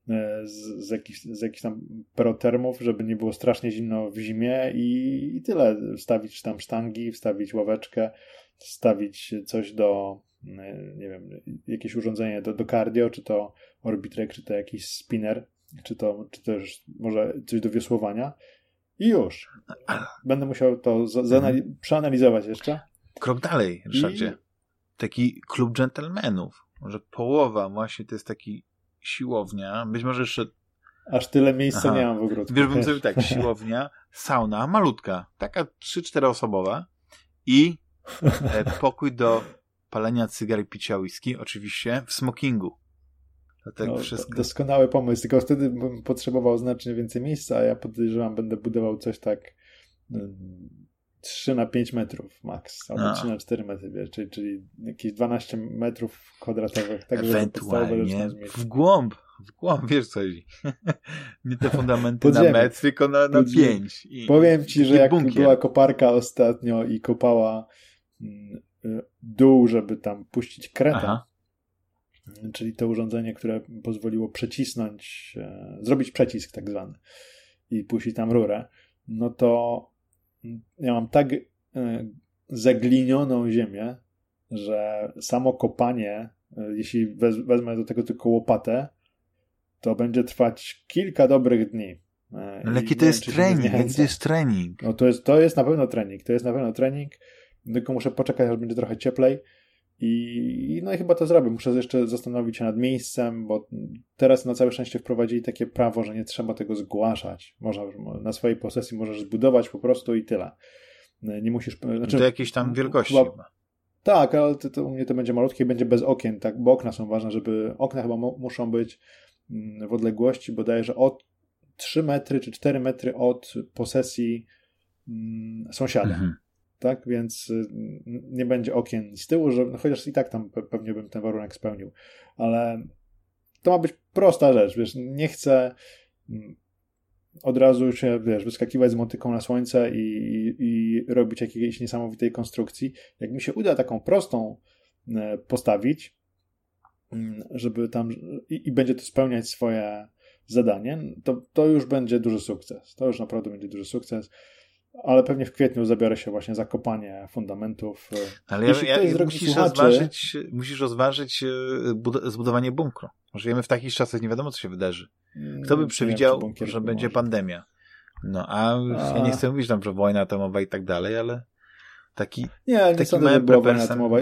z jakichś tam perotermów, żeby nie było strasznie zimno w zimie i tyle. Wstawić tam sztangi, wstawić ławeczkę, wstawić coś do, nie wiem, jakieś urządzenie do cardio, czy to Orbitrek, czy to jakiś spinner, czy to już może coś do wiosłowania i już. Będę musiał to przeanalizować jeszcze. Krok dalej, Ryszardzie. Taki klub dżentelmenów. Może połowa właśnie to jest taki siłownia. Być może jeszcze... Aż tyle miejsca nie mam w ogródku. Wiesz, bym sobie tak, siłownia, sauna, malutka, taka 3-4 osobowa i pokój do palenia cygar i picia whisky, oczywiście w smokingu. Tak wszystko. Doskonały pomysł, tylko wtedy bym potrzebował znacznie więcej miejsca, a ja podejrzewam, będę budował coś tak 3 na 5 metrów max, albo 3 na 4 metry, wiesz, czyli jakieś 12 metrów kwadratowych. Tak, ewentualnie w głąb, wiesz co chodzi. Nie te fundamenty na metr, tylko na 5. Powiem ci, że jak była koparka ostatnio i kopała dół, żeby tam puścić kretę, czyli to urządzenie, które pozwoliło przecisnąć, zrobić przecisk tak zwany i puścić tam rurę, no to ja mam tak zaglinioną ziemię, że samo kopanie, jeśli wezmę do tego tylko łopatę, to będzie trwać kilka dobrych dni. Ale jaki to jest trening? No to jest na pewno trening. Tylko muszę poczekać, aż będzie trochę cieplej. No i chyba to zrobię. Muszę jeszcze zastanowić się nad miejscem, bo teraz na całe szczęście wprowadzili takie prawo, że nie trzeba tego zgłaszać. Na swojej posesji możesz zbudować po prostu i tyle. Nie musisz... do jakiejś tam wielkości chyba. Tak, ale to u mnie to będzie malutkie i będzie bez okien, tak, bo okna są ważne, żeby... Okna chyba muszą być w odległości bodajże od 3 metry czy 4 metry od posesji sąsiada. Tak, więc nie będzie okien z tyłu, chociaż i tak tam pewnie bym ten warunek spełnił. Ale to ma być prosta rzecz, wiesz, nie chcę od razu się, wiesz, wyskakiwać z motyką na słońce i robić jakiejś niesamowitej konstrukcji. Jak mi się uda taką prostą postawić, żeby tam i będzie to spełniać swoje zadanie, to już będzie duży sukces. To już naprawdę będzie duży sukces. Ale pewnie w kwietniu zabiorę się właśnie za kopanie fundamentów. Ale musisz rozważyć zbudowanie bunkru. Żyjemy w takich czasach, nie wiadomo, co się wydarzy. Kto by przewidział, że będzie pandemia? No, ja nie chcę mówić tam, że wojna atomowa i tak dalej, ale taki sądzę, że była wojna atomowa.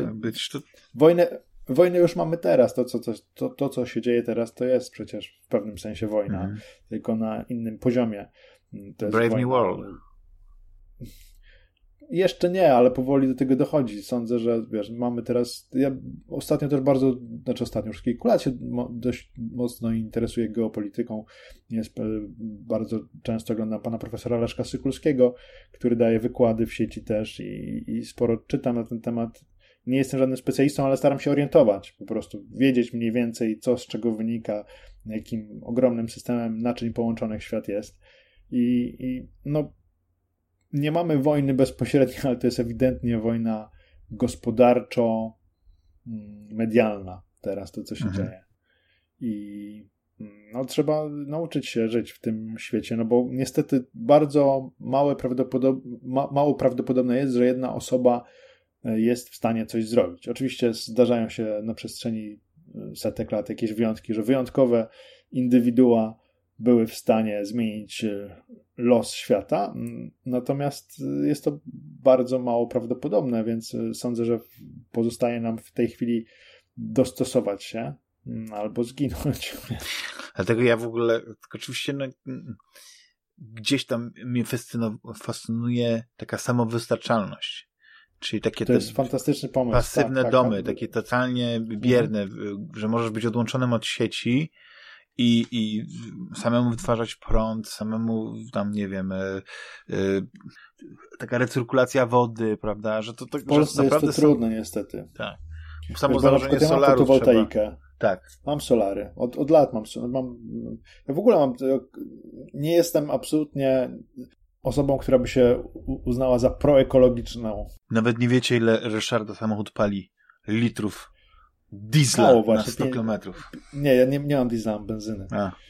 Wojnę już mamy teraz. To, co się dzieje teraz, to jest przecież w pewnym sensie wojna, tylko na innym poziomie. To jest Brave New World. jeszcze nie, ale powoli do tego dochodzi. Sądzę, że wiesz, mamy teraz... Ja ostatnio też już kilku lat się dość mocno interesuję geopolityką. Bardzo często oglądam pana profesora Leszka Sykulskiego, który daje wykłady w sieci też i sporo czytam na ten temat. Nie jestem żadnym specjalistą, ale staram się orientować, po prostu wiedzieć mniej więcej, co z czego wynika, jakim ogromnym systemem naczyń połączonych świat jest. I no, nie mamy wojny bezpośredniej, ale to jest ewidentnie wojna gospodarczo-medialna teraz, to co się dzieje. I no, trzeba nauczyć się żyć w tym świecie, no bo niestety bardzo mało prawdopodobne jest, że jedna osoba jest w stanie coś zrobić. Oczywiście zdarzają się na przestrzeni setek lat jakieś wyjątki, że wyjątkowe indywidua były w stanie zmienić los świata, natomiast jest to bardzo mało prawdopodobne, więc sądzę, że pozostaje nam w tej chwili dostosować się albo zginąć. Dlatego ja w ogóle, oczywiście gdzieś tam mnie fascynuje taka samowystarczalność. Czyli takie to jest fantastyczny pomysł. Pasywne domy, takie totalnie bierne, że możesz być odłączonym od sieci i samemu wytwarzać prąd, samemu tam, nie wiem, taka recyrkulacja wody, prawda? Że to w Polsce jest to trudne niestety. Tak. Samo założenie solarów fotowoltaikę. Tak. Mam solary. Od lat mam. Ja w ogóle nie jestem absolutnie osobą, która by się uznała za proekologiczną. Nawet nie wiecie, ile Ryszarda samochód pali litrów diesla na 100 kilometrów. Nie, ja nie mam diesla, mam benzyny.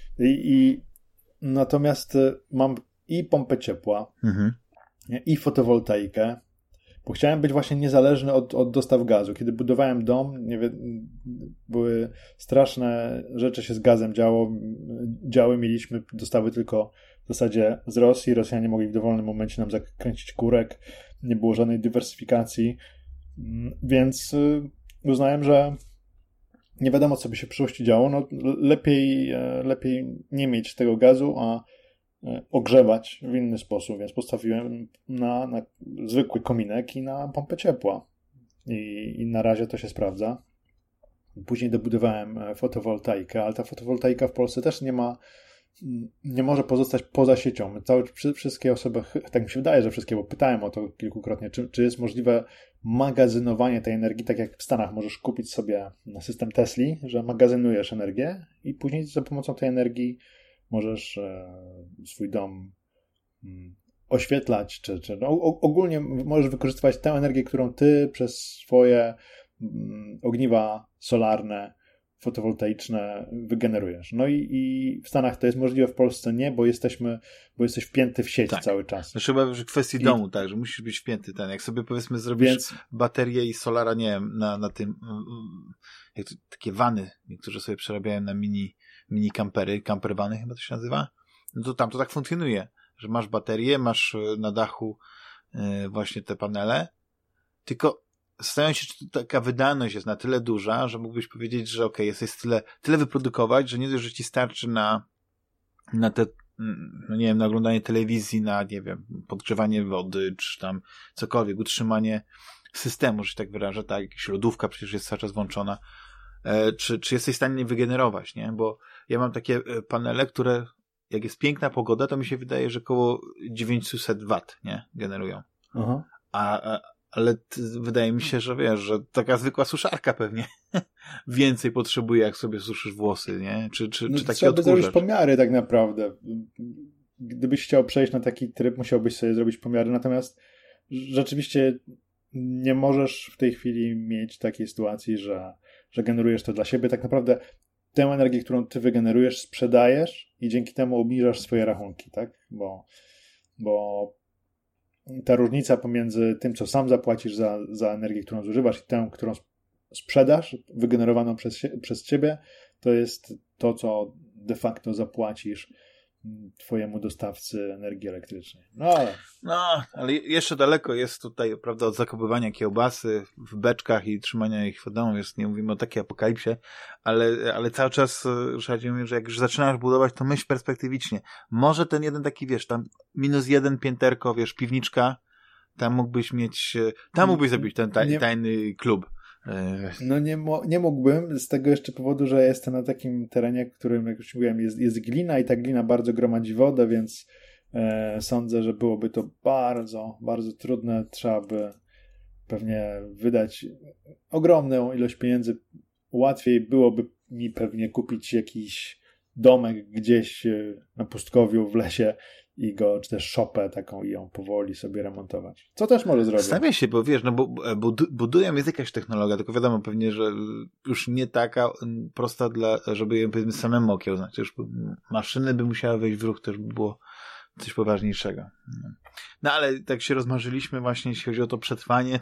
Natomiast mam i pompę ciepła, i fotowoltaikę, bo chciałem być właśnie niezależny od dostaw gazu. Kiedy budowałem dom, były straszne rzeczy się z gazem działy, mieliśmy dostawy tylko w zasadzie z Rosji. Rosjanie mogli w dowolnym momencie nam zakręcić kurek, nie było żadnej dywersyfikacji, więc uznałem, że nie wiadomo, co by się w przyszłości działo. No, lepiej nie mieć tego gazu, a ogrzewać w inny sposób, więc postawiłem na zwykły kominek i na pompę ciepła. I na razie to się sprawdza. Później dobudowałem fotowoltaikę, ale ta fotowoltaika w Polsce też nie może pozostać poza siecią. Wszystkie osoby, tak mi się wydaje, że wszystkie, bo pytałem o to kilkukrotnie, czy jest możliwe magazynowanie tej energii, tak jak w Stanach możesz kupić sobie system Tesli, że magazynujesz energię i później za pomocą tej energii możesz swój dom oświetlać, czy ogólnie możesz wykorzystywać tę energię, którą ty przez swoje ogniwa solarne, fotowoltaiczne wygenerujesz. No i w Stanach to jest możliwe, w Polsce nie, bo jesteś wpięty w sieć cały czas. To chyba w kwestii domu, tak, że musisz być wpięty jak sobie powiedzmy zrobisz baterię i solara, nie wiem, na tym jak to, takie wany, niektórzy sobie przerabiają na mini campery, campervany chyba to się nazywa, no to tam to tak funkcjonuje, że masz baterię, masz na dachu właśnie te panele, tylko zastanawiam się, czy taka wydajność jest na tyle duża, że mógłbyś powiedzieć, że okej, jesteś tyle wyprodukować, że nie dość, że ci starczy na te, no nie wiem, na oglądanie telewizji, na, nie wiem, podgrzewanie wody, czy tam cokolwiek, utrzymanie systemu, że się tak wyrażę, tak, jakaś lodówka przecież jest cały czas włączona, czy jesteś w stanie nie wygenerować, nie? Bo ja mam takie panele, które jak jest piękna pogoda, to mi się wydaje, że około 900 W, nie? Generują. Aha. Ale wydaje mi się, że wiesz, że taka zwykła suszarka pewnie więcej potrzebuje, jak sobie suszysz włosy, nie? Czy taki odkurzacz. Trzeba by zrobić pomiary tak naprawdę. Gdybyś chciał przejść na taki tryb, musiałbyś sobie zrobić pomiary, natomiast rzeczywiście nie możesz w tej chwili mieć takiej sytuacji, że generujesz to dla siebie. Tak naprawdę tę energię, którą ty wygenerujesz, sprzedajesz i dzięki temu obniżasz swoje rachunki, tak? Bo ta różnica pomiędzy tym, co sam zapłacisz za energię, którą zużywasz i tę, którą sprzedasz, wygenerowaną przez ciebie, to jest to, co de facto zapłacisz twojemu dostawcy energii elektrycznej. Ale jeszcze daleko jest tutaj, prawda, od zakopywania kiełbasy w beczkach i trzymania ich w domu, nie mówimy o takiej apokalipsie, ale cały czas mówię, że jak już zaczynasz budować, to myśl perspektywicznie. Może ten jeden taki, wiesz, tam -1 pięterko, wiesz, piwniczka, Tam mógłbyś mieć, tam mógłbyś zrobić ten tajny klub. No nie mógłbym, z tego jeszcze powodu, że jestem na takim terenie, w którym, jak już mówiłem, jest glina i ta glina bardzo gromadzi wodę, więc sądzę, że byłoby to bardzo, bardzo trudne. Trzeba by pewnie wydać ogromną ilość pieniędzy. Łatwiej byłoby mi pewnie kupić jakiś domek gdzieś na pustkowiu w lesie i go, czy też szopę taką i ją powoli sobie remontować. Co też może zrobić. Zastanawiam się, bo wiesz, no bo budują jest jakaś technologia, tylko wiadomo pewnie, że już nie taka prosta żeby ją powiedzmy samemu okiełznać. Już maszyny by musiały wejść w ruch, to już by było coś poważniejszego. No ale tak się rozmarzyliśmy właśnie, jeśli chodzi o to przetrwanie,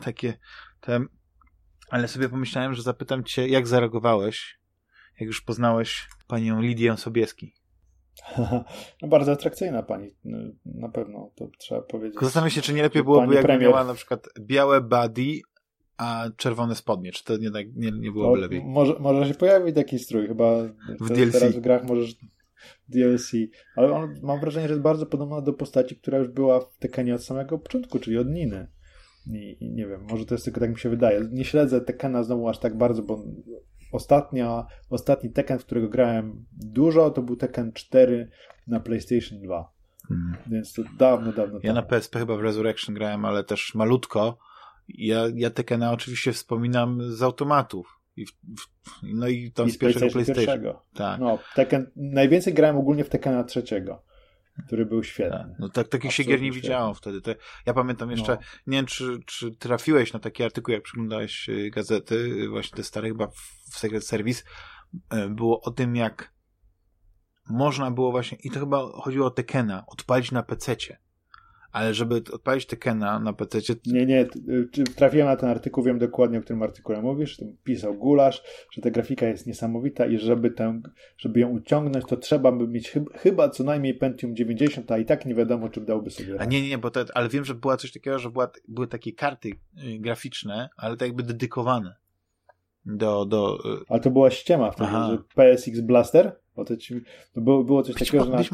ale sobie pomyślałem, że zapytam cię, jak zareagowałeś, jak już poznałeś panią Lidię Sobieski. No bardzo atrakcyjna pani, na pewno, to trzeba powiedzieć. Zastanawiam się, czy nie lepiej byłoby, jakby miała na przykład białe body, a czerwone spodnie. Czy to nie byłoby lepiej? Może się pojawi taki strój, chyba w DLC. Teraz w grach możesz DLC, ale mam wrażenie, że jest bardzo podobna do postaci, która już była w Tekkenie od samego początku, czyli od Niny. I nie wiem, może to jest tylko tak mi się wydaje. Nie śledzę Tekkena znowu aż tak bardzo, bo ostatni Tekken, w którego grałem dużo, to był Tekken 4 na PlayStation 2. Więc to dawno Ja na PSP chyba w Resurrection grałem, ale też malutko. Ja Tekkena oczywiście wspominam z automatów. No i tam z pierwszego PlayStation. Tak. No, najwięcej grałem ogólnie w Tekkena 3, który był świetny. Tak. No takich się gier nie widziałem wtedy. Ja pamiętam jeszcze, nie wiem, czy trafiłeś na taki artykuł, jak przeglądałeś gazety, właśnie te stare, chyba w Secret Service, było o tym, jak można było właśnie, i to chyba chodziło o Tekkena, odpalić na PC-cie. Ale żeby odpalić Tekkena na PC-cie... Nie, trafiłem na ten artykuł, wiem dokładnie, o którym artykule mówisz, pisał Gulasz, że ta grafika jest niesamowita i żeby ją uciągnąć, to trzeba by mieć chyba co najmniej Pentium 90, a i tak nie wiadomo, czy dałoby sobie radę. Nie, ale wiem, że była coś takiego, że były takie karty graficzne, ale to jakby dedykowane Ale to była ściema wtedy, że PSX Blaster, bo to było coś takiego, że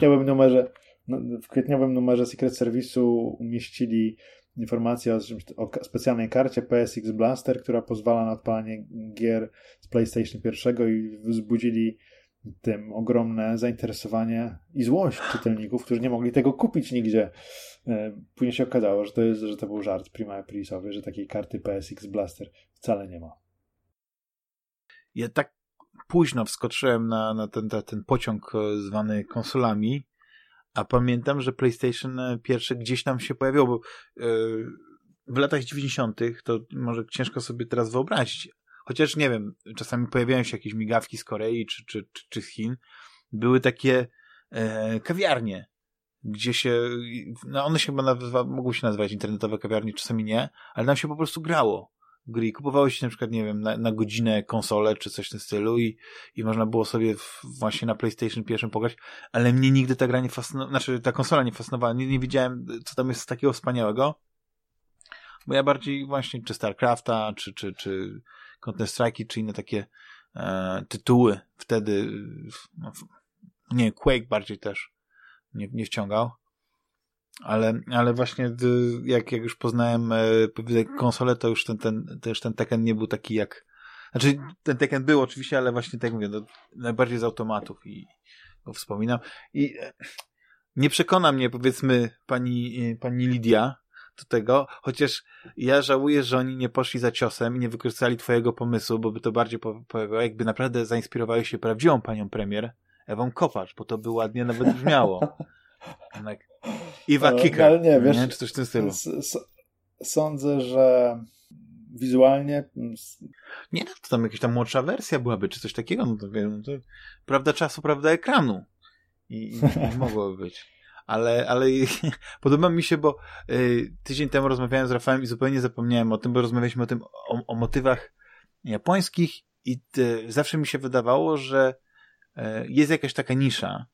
w kwietniowym numerze Secret Service'u umieścili informację o specjalnej karcie PSX Blaster, która pozwala na odpalanie gier z PlayStation 1 i wzbudzili tym ogromne zainteresowanie i złość czytelników, którzy nie mogli tego kupić nigdzie. Później się okazało, że to był żart prima aprilisowy, że takiej karty PSX Blaster wcale nie ma. Ja tak późno wskoczyłem na ten pociąg zwany konsolami, a pamiętam, że PlayStation 1 gdzieś tam się pojawiło, bo w latach 90. to może ciężko sobie teraz wyobrazić. Chociaż nie wiem, czasami pojawiają się jakieś migawki z Korei czy z Chin. Były takie kawiarnie, gdzie się, no one się chyba mogły się nazywać internetowe kawiarnie, czasami nie, ale tam się po prostu grało gry. Kupowało się na przykład, nie wiem, na godzinę konsolę czy coś w tym stylu i można było sobie właśnie na PlayStation 1 pograć, ale mnie nigdy ta gra nie fascynowała, znaczy ta konsola nie fascynowała, nie wiedziałem, co tam jest takiego wspaniałego, bo ja bardziej właśnie czy StarCrafta, czy Counter-Strike'i, czy inne takie tytuły wtedy, nie, Quake bardziej też nie wciągał. Ale właśnie jak już poznałem konsolę, to już ten Tekken nie był taki jak... Znaczy, ten Tekken był oczywiście, ale właśnie tak mówię, najbardziej z automatów i go wspominam. I nie przekona mnie, powiedzmy, pani Lidia do tego, chociaż ja żałuję, że oni nie poszli za ciosem i nie wykorzystali twojego pomysłu, bo by to bardziej pojawiało, jakby naprawdę zainspirowali się prawdziwą panią premier, Ewą Kopacz, bo to by ładnie nawet brzmiało. Iwa Kicker, ale nie, wiesz, czy coś w tym stylu. Sądzę, że wizualnie... Nie, to tam jakaś tam młodsza wersja byłaby, czy coś takiego, no to wiem, to prawda czasu, prawda ekranu. I mogłoby być. Ale podoba mi się, bo tydzień temu rozmawiałem z Rafałem i zupełnie zapomniałem o tym, bo rozmawialiśmy o motywach japońskich i zawsze mi się wydawało, że jest jakaś taka nisza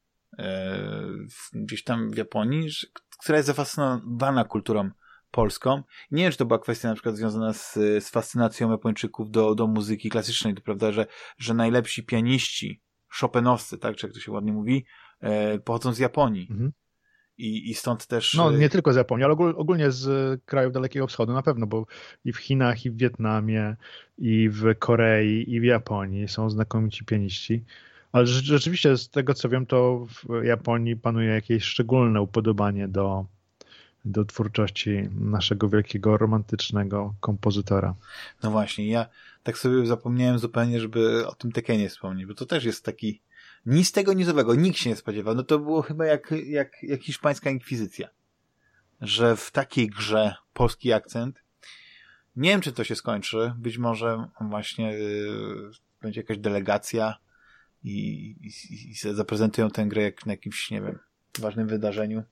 gdzieś tam w Japonii, która jest zafascynowana kulturą polską. Nie wiem, czy to była kwestia na przykład związana z fascynacją Japończyków do muzyki klasycznej, to prawda, że najlepsi pianiści, chopinowscy, tak, czy jak to się ładnie mówi, pochodzą z Japonii. Mhm. I stąd też... No, nie tylko z Japonii, ale ogólnie z krajów Dalekiego Wschodu na pewno, bo i w Chinach, i w Wietnamie, i w Korei, i w Japonii są znakomici pianiści. Ale rzeczywiście z tego, co wiem, to w Japonii panuje jakieś szczególne upodobanie do twórczości naszego wielkiego, romantycznego kompozytora. No właśnie, ja tak sobie zapomniałem zupełnie, żeby o tym Tekenie wspomnieć, bo to też jest taki nic tego nizowego, nikt się nie spodziewał. No to było chyba jak hiszpańska inkwizycja, że w takiej grze polski akcent, nie wiem, czy to się skończy, być może właśnie będzie jakaś delegacja i zaprezentują tę grę jak na jakimś, nie wiem, ważnym wydarzeniu.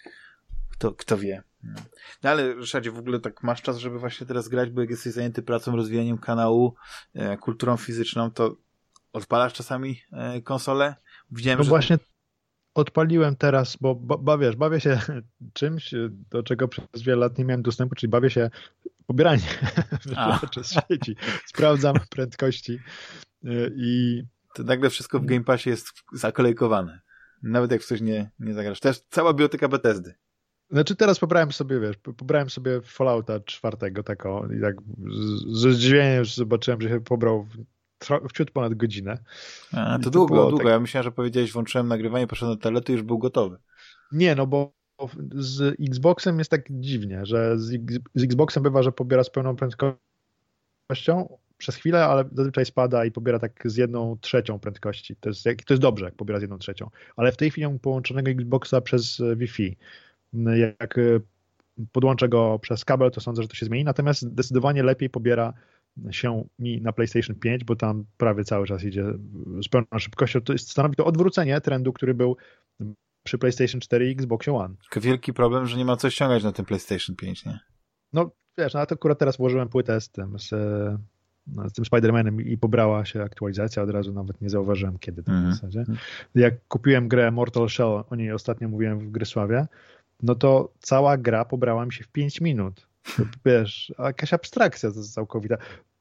Kto wie. No ale Ryszardzie, w ogóle tak masz czas, żeby właśnie teraz grać, bo jak jesteś zajęty pracą, rozwijaniem kanału, kulturą fizyczną, to odpalasz czasami konsolę? Widziałem, no że... właśnie odpaliłem teraz, bo bawię się czymś, do czego przez wiele lat nie miałem dostępu, czyli bawię się pobieranie rzeczy z sieci. Sprawdzam prędkości i... To nagle wszystko w Game Passie jest zakolejkowane. Nawet jak w coś nie zagrasz. To jest cała biblioteka Bethesdy. Znaczy teraz pobrałem sobie Fallouta 4 tako i tak ze zdziwieniem zobaczyłem, że się pobrał w ciut ponad godzinę. To długo. Tak... Ja myślałem, że powiedziałeś, włączyłem nagrywanie, poszedłem na toaletę i już był gotowy. Nie, no bo z Xboxem jest tak dziwnie, że z Xboxem bywa, że pobiera z pełną prędkością przez chwilę, ale zazwyczaj spada i pobiera tak z 1/3 prędkości. To jest dobrze, jak pobiera z 1/3. Ale w tej chwili mam połączonego Xboxa przez Wi-Fi. Jak podłączę go przez kabel, to sądzę, że to się zmieni, natomiast zdecydowanie lepiej pobiera się mi na PlayStation 5, bo tam prawie cały czas idzie z pełną szybkością. Stanowi to odwrócenie trendu, który był przy PlayStation 4 i Xboxie One. Tylko wielki problem, że nie ma co ściągać na tym PlayStation 5, nie? No wiesz, no, to akurat teraz włożyłem płytę z tym Spider-Manem i pobrała się aktualizacja, od razu nawet nie zauważyłem kiedy to w zasadzie. Jak kupiłem grę Mortal Shell, o niej ostatnio mówiłem w Grysławie, no to cała gra pobrała mi się w 5 minut. To, wiesz, jakaś abstrakcja to jest całkowita.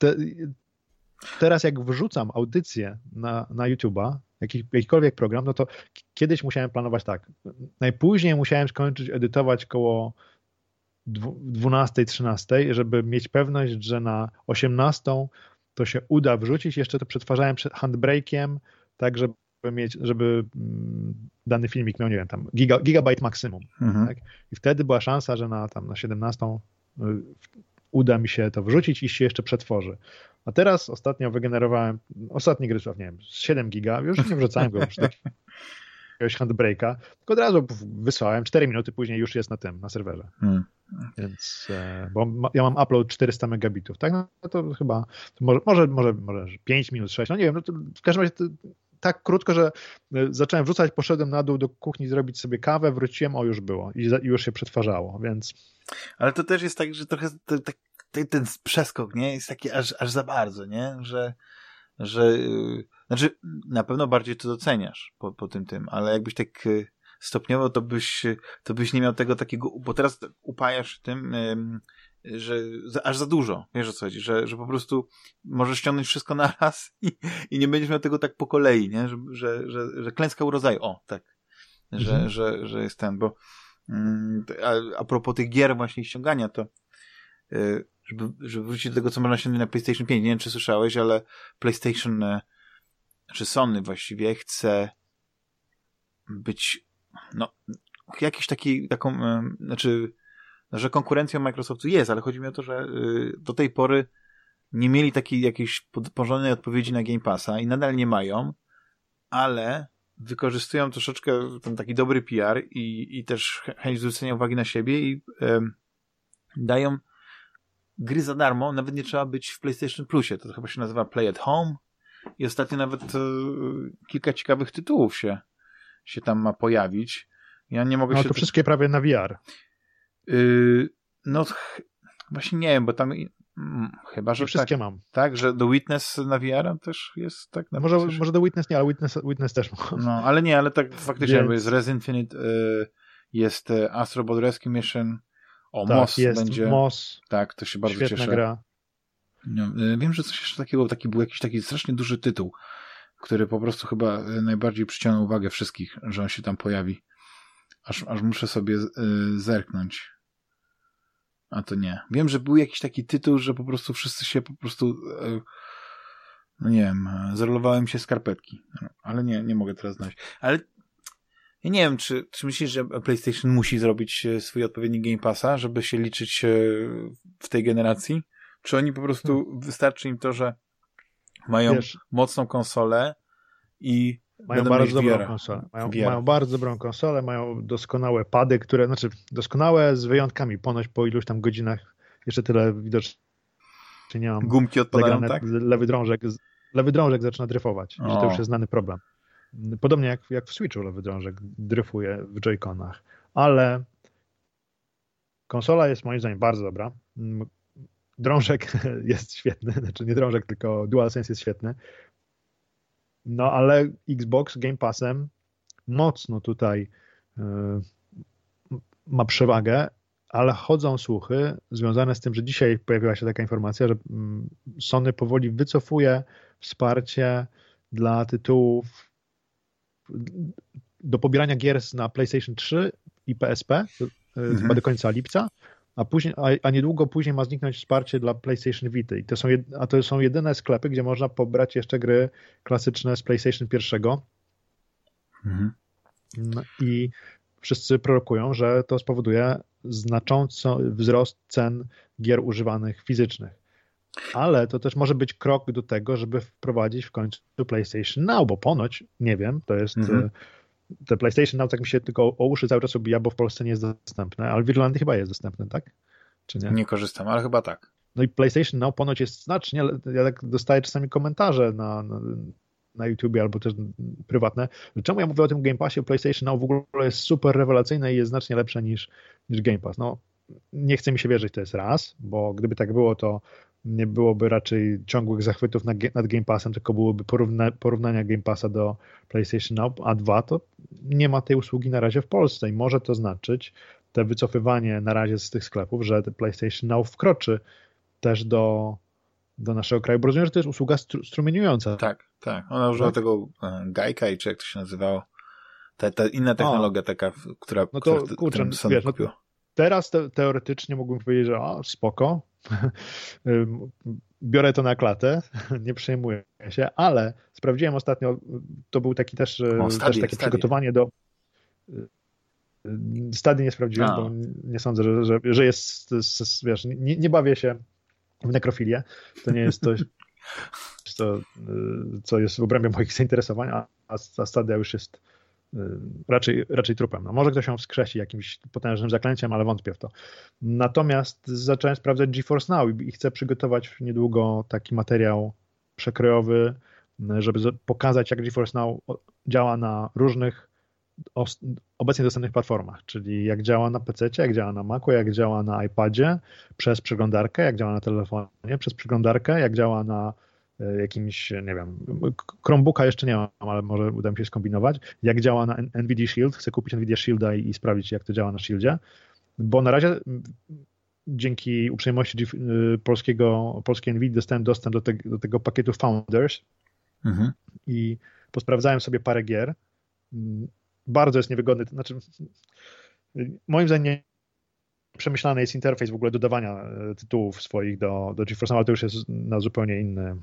Teraz jak wrzucam audycję na YouTube'a, jakikolwiek program, no to kiedyś musiałem planować tak. Najpóźniej musiałem skończyć edytować koło 12-13, żeby mieć pewność, że na 18 to się uda wrzucić. Jeszcze to przetwarzałem handbrake'iem, tak żeby dany filmik miał, nie wiem, tam gigabajt maksimum. Tak? I wtedy była szansa, że na 17 uda mi się to wrzucić i się jeszcze przetworzy. A teraz ostatnio wygenerowałem, ostatni Grysław, nie wiem, 7 giga, już nie wrzucałem go przy jakiegoś handbrake'a, tylko od razu wysłałem, 4 minuty później już jest na serwerze. Więc, bo ja mam upload 400 megabitów, tak? No to chyba, może 5 minut, 6, no nie wiem, no to w każdym razie tak krótko, że zacząłem wrzucać, poszedłem na dół do kuchni zrobić sobie kawę, wróciłem, już było i już się przetwarzało, więc... Ale to też jest tak, że trochę ten przeskok, nie? Jest taki aż za bardzo, nie? Że znaczy na pewno bardziej to doceniasz po tym, ale jakbyś tak stopniowo, to byś nie miał tego takiego, bo teraz upajasz tym, że aż za dużo, wiesz o co chodzi, że po prostu możesz ściągnąć wszystko na raz i nie będziesz miał tego tak po kolei, nie? Że klęska urodzaju, tak, że jest ten, bo a propos tych gier właśnie ściągania, to żeby wrócić do tego, co można ściągnąć na PlayStation 5, nie wiem, czy słyszałeś, ale PlayStation, czy Sony właściwie chce być jakiś taką, znaczy, że konkurencją Microsoftu jest, ale chodzi mi o to, że do tej pory nie mieli takiej jakiejś porządnej odpowiedzi na Game Passa i nadal nie mają, ale wykorzystują troszeczkę ten taki dobry PR i też chęć zwrócenia uwagi na siebie i dają gry za darmo, nawet nie trzeba być w PlayStation Plusie, to chyba się nazywa Play at Home i ostatnio nawet kilka ciekawych tytułów się tam ma pojawić. Ja nie mogę to wszystkie prawie na VR. Właśnie nie wiem, bo tam chyba, że wszystkie tak, mam. Tak, że The Witness na VR też jest tak. Może The Witness nie, ale Witness też mam. No, ale nie, ale tak faktycznie, bo jest Res Infinite, jest Astro Bot Rescue Mission, Moss jest będzie. Moss. Tak, to się bardzo świetna cieszę. Gra. No, wiem, że coś jeszcze takiego, był jakiś taki strasznie duży tytuł, który po prostu chyba najbardziej przyciągnął uwagę wszystkich, że on się tam pojawi. Aż muszę sobie zerknąć. A to nie. Wiem, że był jakiś taki tytuł, że po prostu wszyscy się no nie wiem, zrolowałem się skarpetki. Ale nie mogę teraz znaleźć. Ale ja nie wiem, czy myślisz, że PlayStation musi zrobić swój odpowiedni Game Passa, żeby się liczyć w tej generacji? Czy oni po prostu wystarczy im to, że mają mocną konsolę i mają bardzo dobrą konsolę. Mają bardzo dobrą konsolę, mają doskonałe pady, doskonałe z wyjątkami. Ponoć po iluś tam godzinach jeszcze tyle widocznie nie mam. Gumki odpadają, tak? Lewy drążek zaczyna dryfować. Że to już jest znany problem. Podobnie jak w Switchu lewy drążek dryfuje w Joy-Conach. Ale konsola jest moim zdaniem bardzo dobra. Drążek jest świetny, znaczy nie drążek, tylko DualSense jest świetny. No ale Xbox Game Passem mocno tutaj ma przewagę, ale chodzą słuchy związane z tym, że dzisiaj pojawiła się taka informacja, że Sony powoli wycofuje wsparcie dla tytułów do pobierania gier na PlayStation 3 i PSP chyba do końca lipca, a niedługo później ma zniknąć wsparcie dla PlayStation Vita. I to są jedyne sklepy, gdzie można pobrać jeszcze gry klasyczne z PlayStation 1. No i wszyscy prorokują, że to spowoduje znaczący wzrost cen gier używanych fizycznych. Ale to też może być krok do tego, żeby wprowadzić w końcu PlayStation Now, bo ponoć, nie wiem, to jest... Te PlayStation Now tak mi się tylko o uszy cały czas obija, bo w Polsce nie jest dostępne, ale w Irlandii chyba jest dostępne, tak? Czy nie? Nie korzystam, ale chyba tak. No i PlayStation Now ponoć jest znacznie, ja tak dostaję czasami komentarze na YouTubie albo też prywatne, że czemu ja mówię o tym Game Passie, PlayStation Now w ogóle jest super rewelacyjne i jest znacznie lepsze niż Game Pass. No, nie chce mi się wierzyć, to jest raz, bo gdyby tak było, to nie byłoby raczej ciągłych zachwytów nad Game Passem, tylko byłoby porównania Game Passa do PlayStation Now, a dwa, to nie ma tej usługi na razie w Polsce i może to znaczyć te wycofywanie na razie z tych sklepów, że PlayStation Now wkroczy też do naszego kraju, bo rozumiem, że to jest usługa strumieniująca. Tak. Ona używa tego Gajka i czy jak to się nazywało, ta inna technologia taka, która no to kurczę, wiesz, kupił. Teraz teoretycznie mógłbym powiedzieć, że spoko, biorę to na klatę, nie przejmuję się, ale sprawdziłem ostatnio, to był taki też takie przygotowanie do... Stadii nie sprawdziłem, bo nie sądzę, że jest, wiesz, nie bawię się w nekrofilię, to nie jest coś, co jest w obrębie moich zainteresowań, a Stadia już jest raczej trupem. No, może ktoś ją wskrzesi jakimś potężnym zaklęciem, ale wątpię w to. Natomiast zacząłem sprawdzać GeForce Now i chcę przygotować niedługo taki materiał przekrojowy, żeby pokazać, jak GeForce Now działa na różnych obecnie dostępnych platformach, czyli jak działa na PC-cie, jak działa na Macu, jak działa na iPadzie przez przeglądarkę, jak działa na telefonie przez przeglądarkę, jak działa na jakimś, nie wiem, Chromebooka jeszcze nie mam, ale może uda mi się skombinować. Jak działa na NVIDIA Shield, chcę kupić NVIDIA Shielda i sprawdzić, jak to działa na Shieldzie, bo na razie dzięki uprzejmości polskiej NVIDIA dostałem dostęp do tego pakietu Founders i posprawdzałem sobie parę gier. Bardzo jest niewygodny, znaczy moim zdaniem przemyślany jest interfejs w ogóle dodawania tytułów swoich do GeForce Now, ale to już jest na zupełnie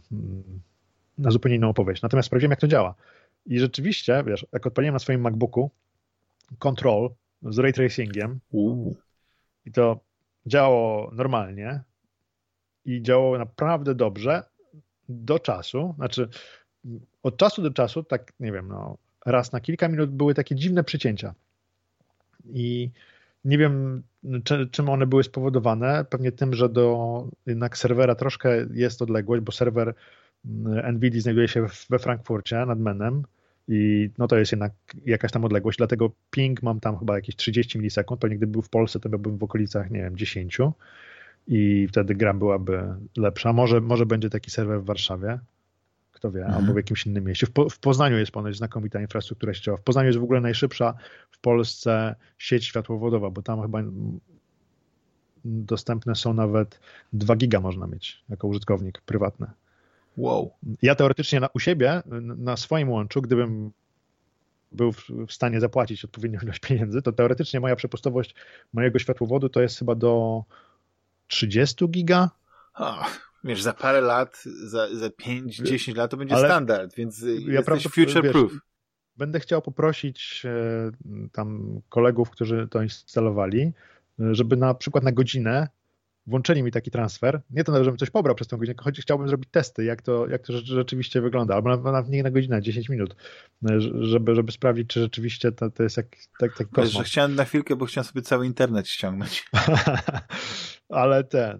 inną opowieść. Natomiast sprawdziłem, jak to działa. I rzeczywiście, wiesz, jak odpaliłem na swoim MacBooku Control z ray tracingiem i to działało normalnie i działało naprawdę dobrze do czasu, znaczy od czasu do czasu, tak nie wiem, raz na kilka minut były takie dziwne przycięcia. I nie wiem, czym one były spowodowane. Pewnie tym, że do jednak serwera troszkę jest odległość, bo serwer NVIDIA znajduje się we Frankfurcie nad Menem i to jest jednak jakaś tam odległość, dlatego ping mam tam chyba jakieś 30 milisekund, pewnie gdyby był w Polsce, to byłbym w okolicach, nie wiem, 10 i wtedy gra byłaby lepsza. Może będzie taki serwer w Warszawie, kto wie, albo w jakimś innym mieście. W Poznaniu jest ponoć znakomita infrastruktura sieciowa. W Poznaniu jest w ogóle najszybsza w Polsce sieć światłowodowa, bo tam chyba dostępne są nawet 2 giga można mieć jako użytkownik prywatny. Wow. Ja teoretycznie u siebie, na swoim łączu, gdybym był w stanie zapłacić odpowiednią ilość pieniędzy, to teoretycznie moja przepustowość mojego światłowodu to jest chyba do 30 giga. Wiesz, za parę lat, za 5-10 lat to będzie standard, więc jesteś future-proof. Będę chciał poprosić tam kolegów, którzy to instalowali, żeby na przykład na godzinę włączyli mi taki transfer. Nie to, żebym coś pobrał przez tą godzinę, choć chciałbym zrobić testy, jak to rzeczywiście wygląda, albo nawet nie na godzinę, 10 minut, żeby sprawdzić, czy rzeczywiście to jest taki kosmos. Że chciałem na chwilkę, bo chciałem sobie cały internet ściągnąć. Ale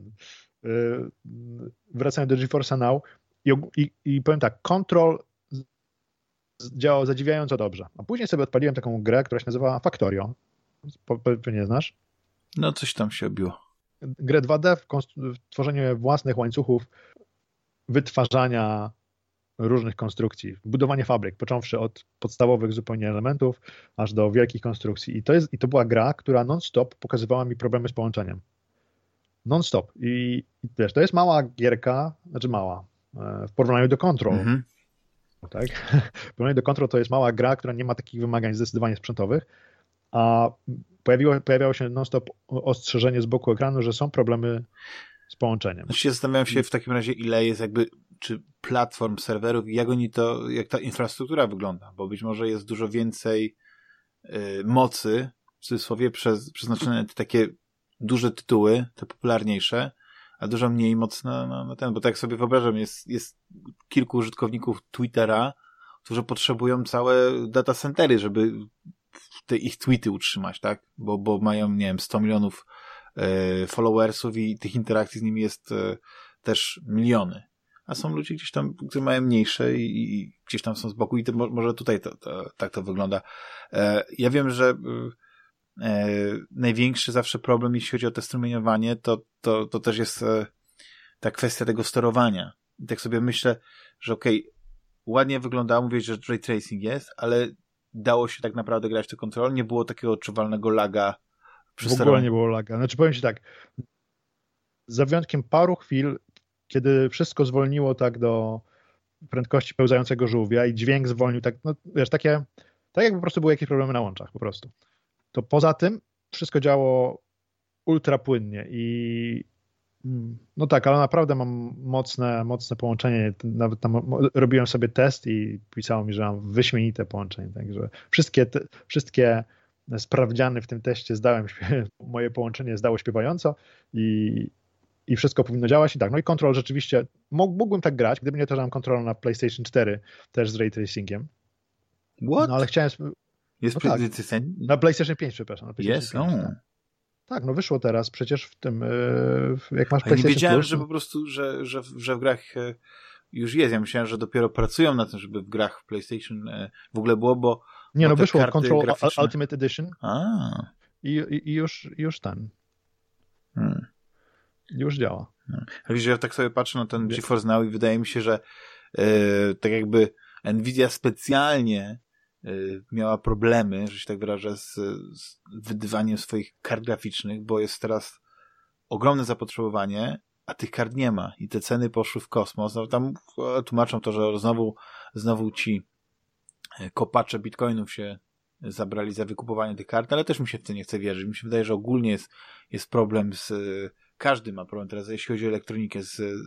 wracając do GeForce'a Now i powiem tak, Control działał zadziwiająco dobrze. A później sobie odpaliłem taką grę, która się nazywa Factorio. Pewnie znasz? No, coś tam się obiło. Grę 2D w tworzeniu własnych łańcuchów wytwarzania różnych konstrukcji, budowanie fabryk, począwszy od podstawowych zupełnie elementów, aż do wielkich konstrukcji. I to była gra, która non-stop pokazywała mi problemy z połączeniem. Non-stop. I wiesz, to jest mała gierka, znaczy mała, w porównaniu do Control. Mm-hmm. Tak? W porównaniu do Control to jest mała gra, która nie ma takich wymagań zdecydowanie sprzętowych, a pojawiało się non-stop ostrzeżenie z boku ekranu, że są problemy z połączeniem. Znaczy zastanawiam się w takim razie, ile jest czy platform, serwerów, jak ta infrastruktura wygląda, bo być może jest dużo więcej mocy, w cudzysłowie, przeznaczone na takie duże tytuły, te popularniejsze, a dużo mniej mocy na ten, bo tak sobie wyobrażam, jest kilku użytkowników Twittera, którzy potrzebują całe data centery, żeby te ich tweety utrzymać, tak? Bo mają, nie wiem, 100 milionów followersów i tych interakcji z nimi jest też miliony. A są ludzie gdzieś tam, którzy mają mniejsze i gdzieś tam są z boku i może tutaj tak to wygląda. Ja wiem, że największy zawsze problem, jeśli chodzi o to strumieniowanie, to też jest ta kwestia tego sterowania. I tak sobie myślę, że okej, ładnie wyglądało, mówię, że ray tracing jest, ale dało się tak naprawdę grać to kontrol, nie było takiego odczuwalnego laga przy sterowaniu. W ogóle nie było laga. Znaczy powiem ci tak, za wyjątkiem paru chwil, kiedy wszystko zwolniło tak do prędkości pełzającego żółwia i dźwięk zwolnił tak, no wiesz, tak jakby po prostu były jakieś problemy na łączach po prostu. To poza tym wszystko działo ultra płynnie i no tak, ale naprawdę mam mocne połączenie. Nawet tam robiłem sobie test i pisało mi, że mam wyśmienite połączenie. Także wszystkie sprawdziany w tym teście zdałem, moje połączenie zdało śpiewająco i wszystko powinno działać. I tak, no i Control rzeczywiście, mógłbym tak grać, gdyby nie to, że mam Control na PlayStation 4 też z ray tracingiem. What? No ale chciałem... Jest no tak, na PlayStation 5, przepraszam. Na PlayStation 5, tak. Tak, no wyszło teraz przecież w tym, jak masz PlayStation. Nie wiedziałem, Plus, że po prostu, że w grach już jest. Ja myślałem, że dopiero pracują na tym, żeby w grach w PlayStation w ogóle było, bo nie, no wyszło Control graficzne... Ultimate Edition i już ten. Już działa. Widzisz, że ja tak sobie patrzę na ten GeForce Now i wydaje mi się, że tak jakby Nvidia specjalnie miała problemy, że się tak wyrażę, z wydawaniem swoich kart graficznych, bo jest teraz ogromne zapotrzebowanie, a tych kart nie ma i te ceny poszły w kosmos. No, tam tłumaczą to, że znowu ci kopacze bitcoinów się zabrali za wykupowanie tych kart, ale też mi się w to nie chce wierzyć. Mi się wydaje, że ogólnie jest problem każdy ma problem teraz, jeśli chodzi o elektronikę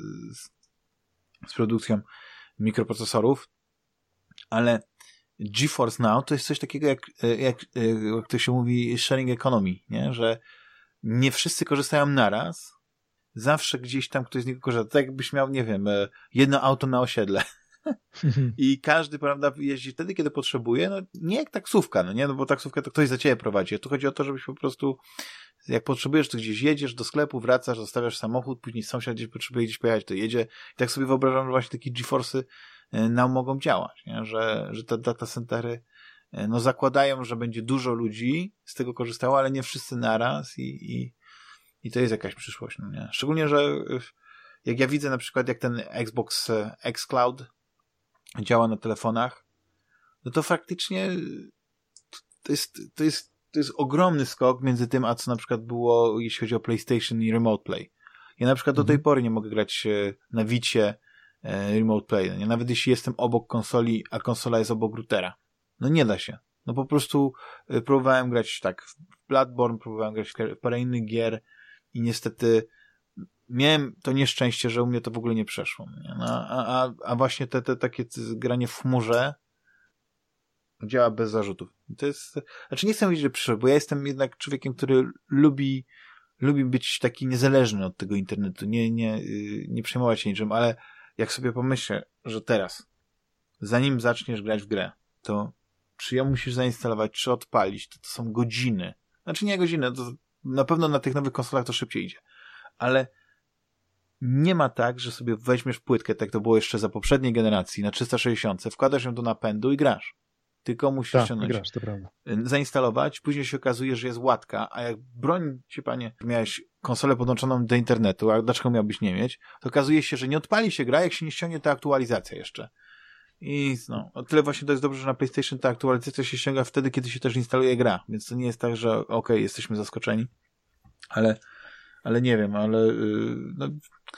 z produkcją mikroprocesorów, ale GeForce Now to jest coś takiego jak to się mówi sharing economy, nie? Że nie wszyscy korzystają naraz, zawsze gdzieś tam ktoś z niego korzysta. Tak jakbyś miał, nie wiem, jedno auto na osiedle i każdy, prawda, jeździ wtedy, kiedy potrzebuje, no nie jak taksówka, no nie, no bo taksówka to ktoś za ciebie prowadzi. Tu chodzi o to, żebyś po prostu, jak potrzebujesz, to gdzieś jedziesz do sklepu, wracasz, zostawiasz samochód, później sąsiad gdzieś potrzebuje gdzieś pojechać, to jedzie. I tak sobie wyobrażam, że właśnie takie GeForce'y nam mogą działać, nie? Że te data centery no zakładają, że będzie dużo ludzi z tego korzystało, ale nie wszyscy naraz i to jest jakaś przyszłość, no nie? Szczególnie, że jak ja widzę na przykład, jak ten Xbox xCloud działa na telefonach, no to faktycznie to jest ogromny skok między tym, a co na przykład było, jeśli chodzi o PlayStation i Remote Play. Ja na przykład do tej pory nie mogę grać na Vicie Remote Play. No nie? Nawet jeśli jestem obok konsoli, a konsola jest obok routera. No nie da się. No po prostu próbowałem grać tak w Bloodborne, próbowałem grać w parę innych gier i niestety miałem to nieszczęście, że u mnie to w ogóle nie przeszło. Nie? No, a właśnie te takie granie w chmurze działa bez zarzutów. To jest, znaczy nie chcę mówić, że przyszło, bo ja jestem jednak człowiekiem, który lubi być taki niezależny od tego internetu, nie przejmować się niczym, ale jak sobie pomyślę, że teraz, zanim zaczniesz grać w grę, to czy ją musisz zainstalować, czy odpalić, to są godziny. Znaczy nie godziny, to na pewno na tych nowych konsolach to szybciej idzie. Ale nie ma tak, że sobie weźmiesz płytkę, tak to było jeszcze za poprzedniej generacji, na 360, wkładasz ją do napędu i grasz. Tylko musisz ściągnąć. Grasz, to prawda. Zainstalować, później się okazuje, że jest łatka, a jak broń ci, panie, miałeś konsolę podłączoną do internetu, a dlaczego miałbyś nie mieć, to okazuje się, że nie odpali się gra, jak się nie ściągnie ta aktualizacja jeszcze. I no, o tyle właśnie to jest dobrze, że na PlayStation ta aktualizacja się ściąga wtedy, kiedy się też instaluje gra, więc to nie jest tak, że okej, jesteśmy zaskoczeni, ale nie wiem, ale no,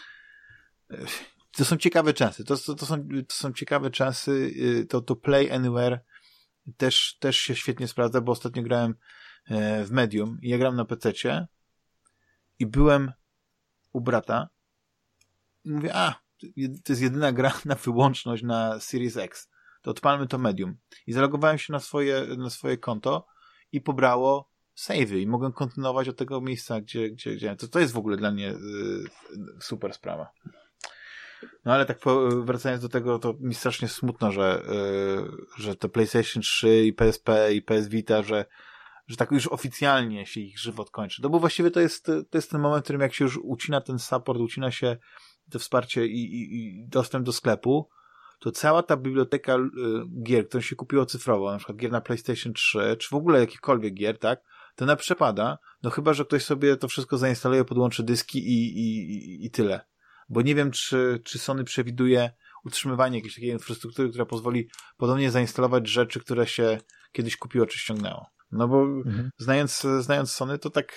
to są ciekawe czasy, to są ciekawe czasy, to Play Anywhere też się świetnie sprawdza, bo ostatnio grałem w Medium i ja gram na PC-cie i byłem u brata i mówię, to jest jedyna gra na wyłączność na Series X, to odpalmy to Medium. I zalogowałem się na swoje konto i pobrało save'y i mogłem kontynuować od tego miejsca, gdzie to jest w ogóle dla mnie super sprawa. No ale tak wracając do tego, to mi strasznie smutno, że to PlayStation 3 i PSP i PS Vita, że tak już oficjalnie się ich żywot kończy. No bo właściwie to jest ten moment, w którym jak się już ucina ten support, ucina się to wsparcie i dostęp do sklepu, to cała ta biblioteka gier, którą się kupiło cyfrowo, na przykład gier na PlayStation 3, czy w ogóle jakichkolwiek gier, tak, to ona przepada, no chyba, że ktoś sobie to wszystko zainstaluje, podłączy dyski i tyle. Bo nie wiem, czy Sony przewiduje utrzymywanie jakiejś takiej infrastruktury, która pozwoli podobnie zainstalować rzeczy, które się kiedyś kupiło czy ściągnęło. No bo znając Sony, to tak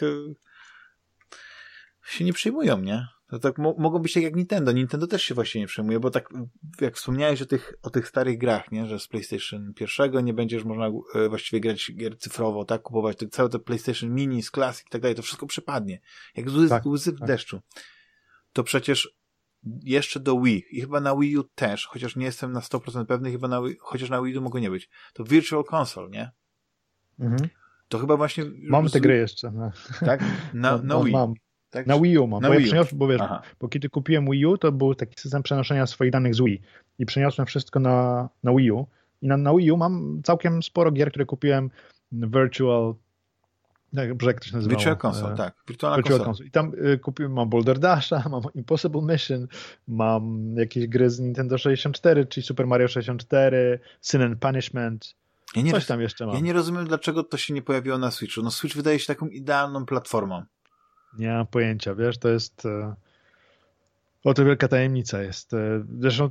się nie przejmują, nie? To tak mogą być tak jak Nintendo. Nintendo też się właśnie nie przejmuje, bo tak jak wspomniałeś o tych starych grach, nie? Że z PlayStation 1 nie będziesz można właściwie grać gier cyfrowo, tak? Kupować całe te PlayStation Mini, z Classic i tak dalej, to wszystko przepadnie. Jak łzy w deszczu. To przecież jeszcze do Wii i chyba na Wii U też, chociaż nie jestem na 100% pewny, chyba chociaż na Wii U mogło nie być. To Virtual Console, nie? Mhm. To chyba właśnie... Mam te gry jeszcze. No. Tak? Na Wii. Mam. Tak? Na Wii U mam. Bo wiesz, Aha. bo kiedy kupiłem Wii U, to był taki system przenoszenia swoich danych z Wii i przeniosłem wszystko na Wii U i na Wii U mam całkiem sporo gier, które kupiłem Virtual... Jak to się nazywało? Virtual Console, tak. Virtual Console. I tam mam Boulder Dasha, mam Impossible Mission, mam jakieś gry z Nintendo 64, czyli Super Mario 64, Sin and Punishment, coś tam jeszcze mam. Ja nie rozumiem, dlaczego to się nie pojawiło na Switchu. No Switch wydaje się taką idealną platformą. Nie mam pojęcia, wiesz, to jest... to wielka tajemnica jest. Zresztą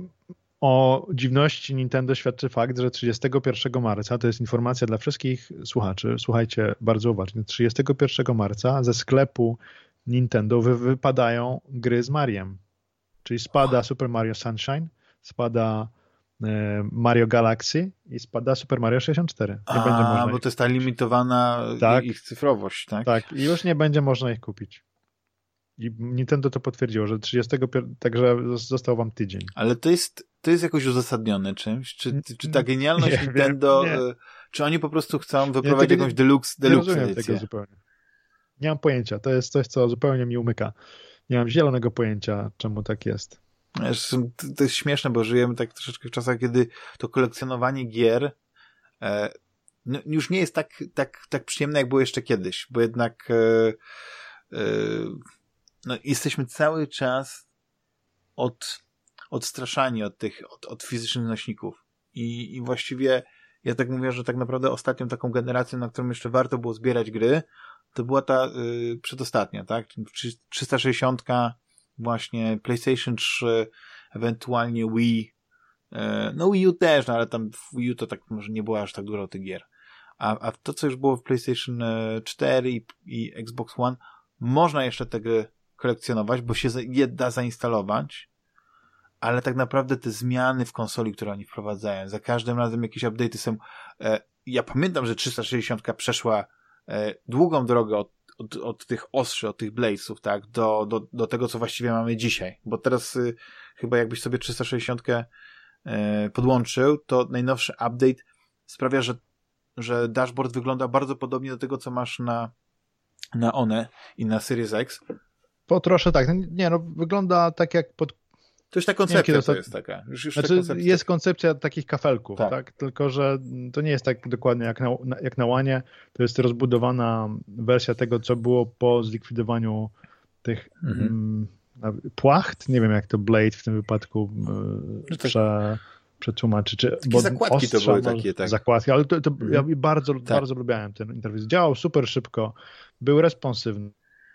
o dziwności Nintendo świadczy fakt, że 31 marca, to jest informacja dla wszystkich słuchaczy, słuchajcie bardzo uważnie, 31 marca ze sklepu Nintendo wypadają gry z Mariem. Czyli spada Super Mario Sunshine, spada Mario Galaxy i spada Super Mario 64. Nie będzie można bo to jest ta limitowana ich cyfrowość, tak? Tak, i już nie będzie można ich kupić. I Nintendo to potwierdziło, że 31, także został wam tydzień. Ale to jest jakoś uzasadnione czymś? Czy ta genialność Nintendo, czy oni po prostu chcą wyprowadzić jakąś deluxe rozumiem tego zupełnie. Nie mam pojęcia. To jest coś, co zupełnie mi umyka. Nie mam zielonego pojęcia, czemu tak jest. To jest śmieszne, bo żyjemy tak troszeczkę w czasach, kiedy to kolekcjonowanie gier już nie jest tak przyjemne, jak było jeszcze kiedyś, bo jednak jesteśmy cały czas odstraszani od fizycznych nośników. I właściwie ja tak mówię, że tak naprawdę ostatnią taką generacją, na którą jeszcze warto było zbierać gry, to była ta przedostatnia, tak? 360, właśnie PlayStation 3, ewentualnie Wii. No Wii U też, no ale tam w Wii U to tak może nie było aż tak dużo tych gier. A to, co już było w PlayStation 4 i Xbox One, można jeszcze te gry kolekcjonować, bo się je da zainstalować, ale tak naprawdę te zmiany w konsoli, które oni wprowadzają, za każdym razem jakieś update'y są. ja pamiętam, że 360 przeszła długą drogę od tych ostrzy, od tych bladesów, tak, do tego, co właściwie mamy dzisiaj. Bo teraz chyba jakbyś sobie 360 podłączył, to najnowszy update sprawia, że dashboard wygląda bardzo podobnie do tego, co masz na One i na Series X. Po trosze tak. Nie, no wygląda tak jak pod... To już ta koncepcja to jest taka. Już znaczy, koncepcja. Jest koncepcja takich kafelków, tak? Tylko że to nie jest tak dokładnie jak na One. To jest rozbudowana wersja tego, co było po zlikwidowaniu tych płacht. Nie wiem, jak to Blade w tym wypadku przetłumaczy. Takie zakładki to były takie, tak. Zakładki, ale ja bardzo lubiałem ten interfejs. Działał super szybko, był responsywny.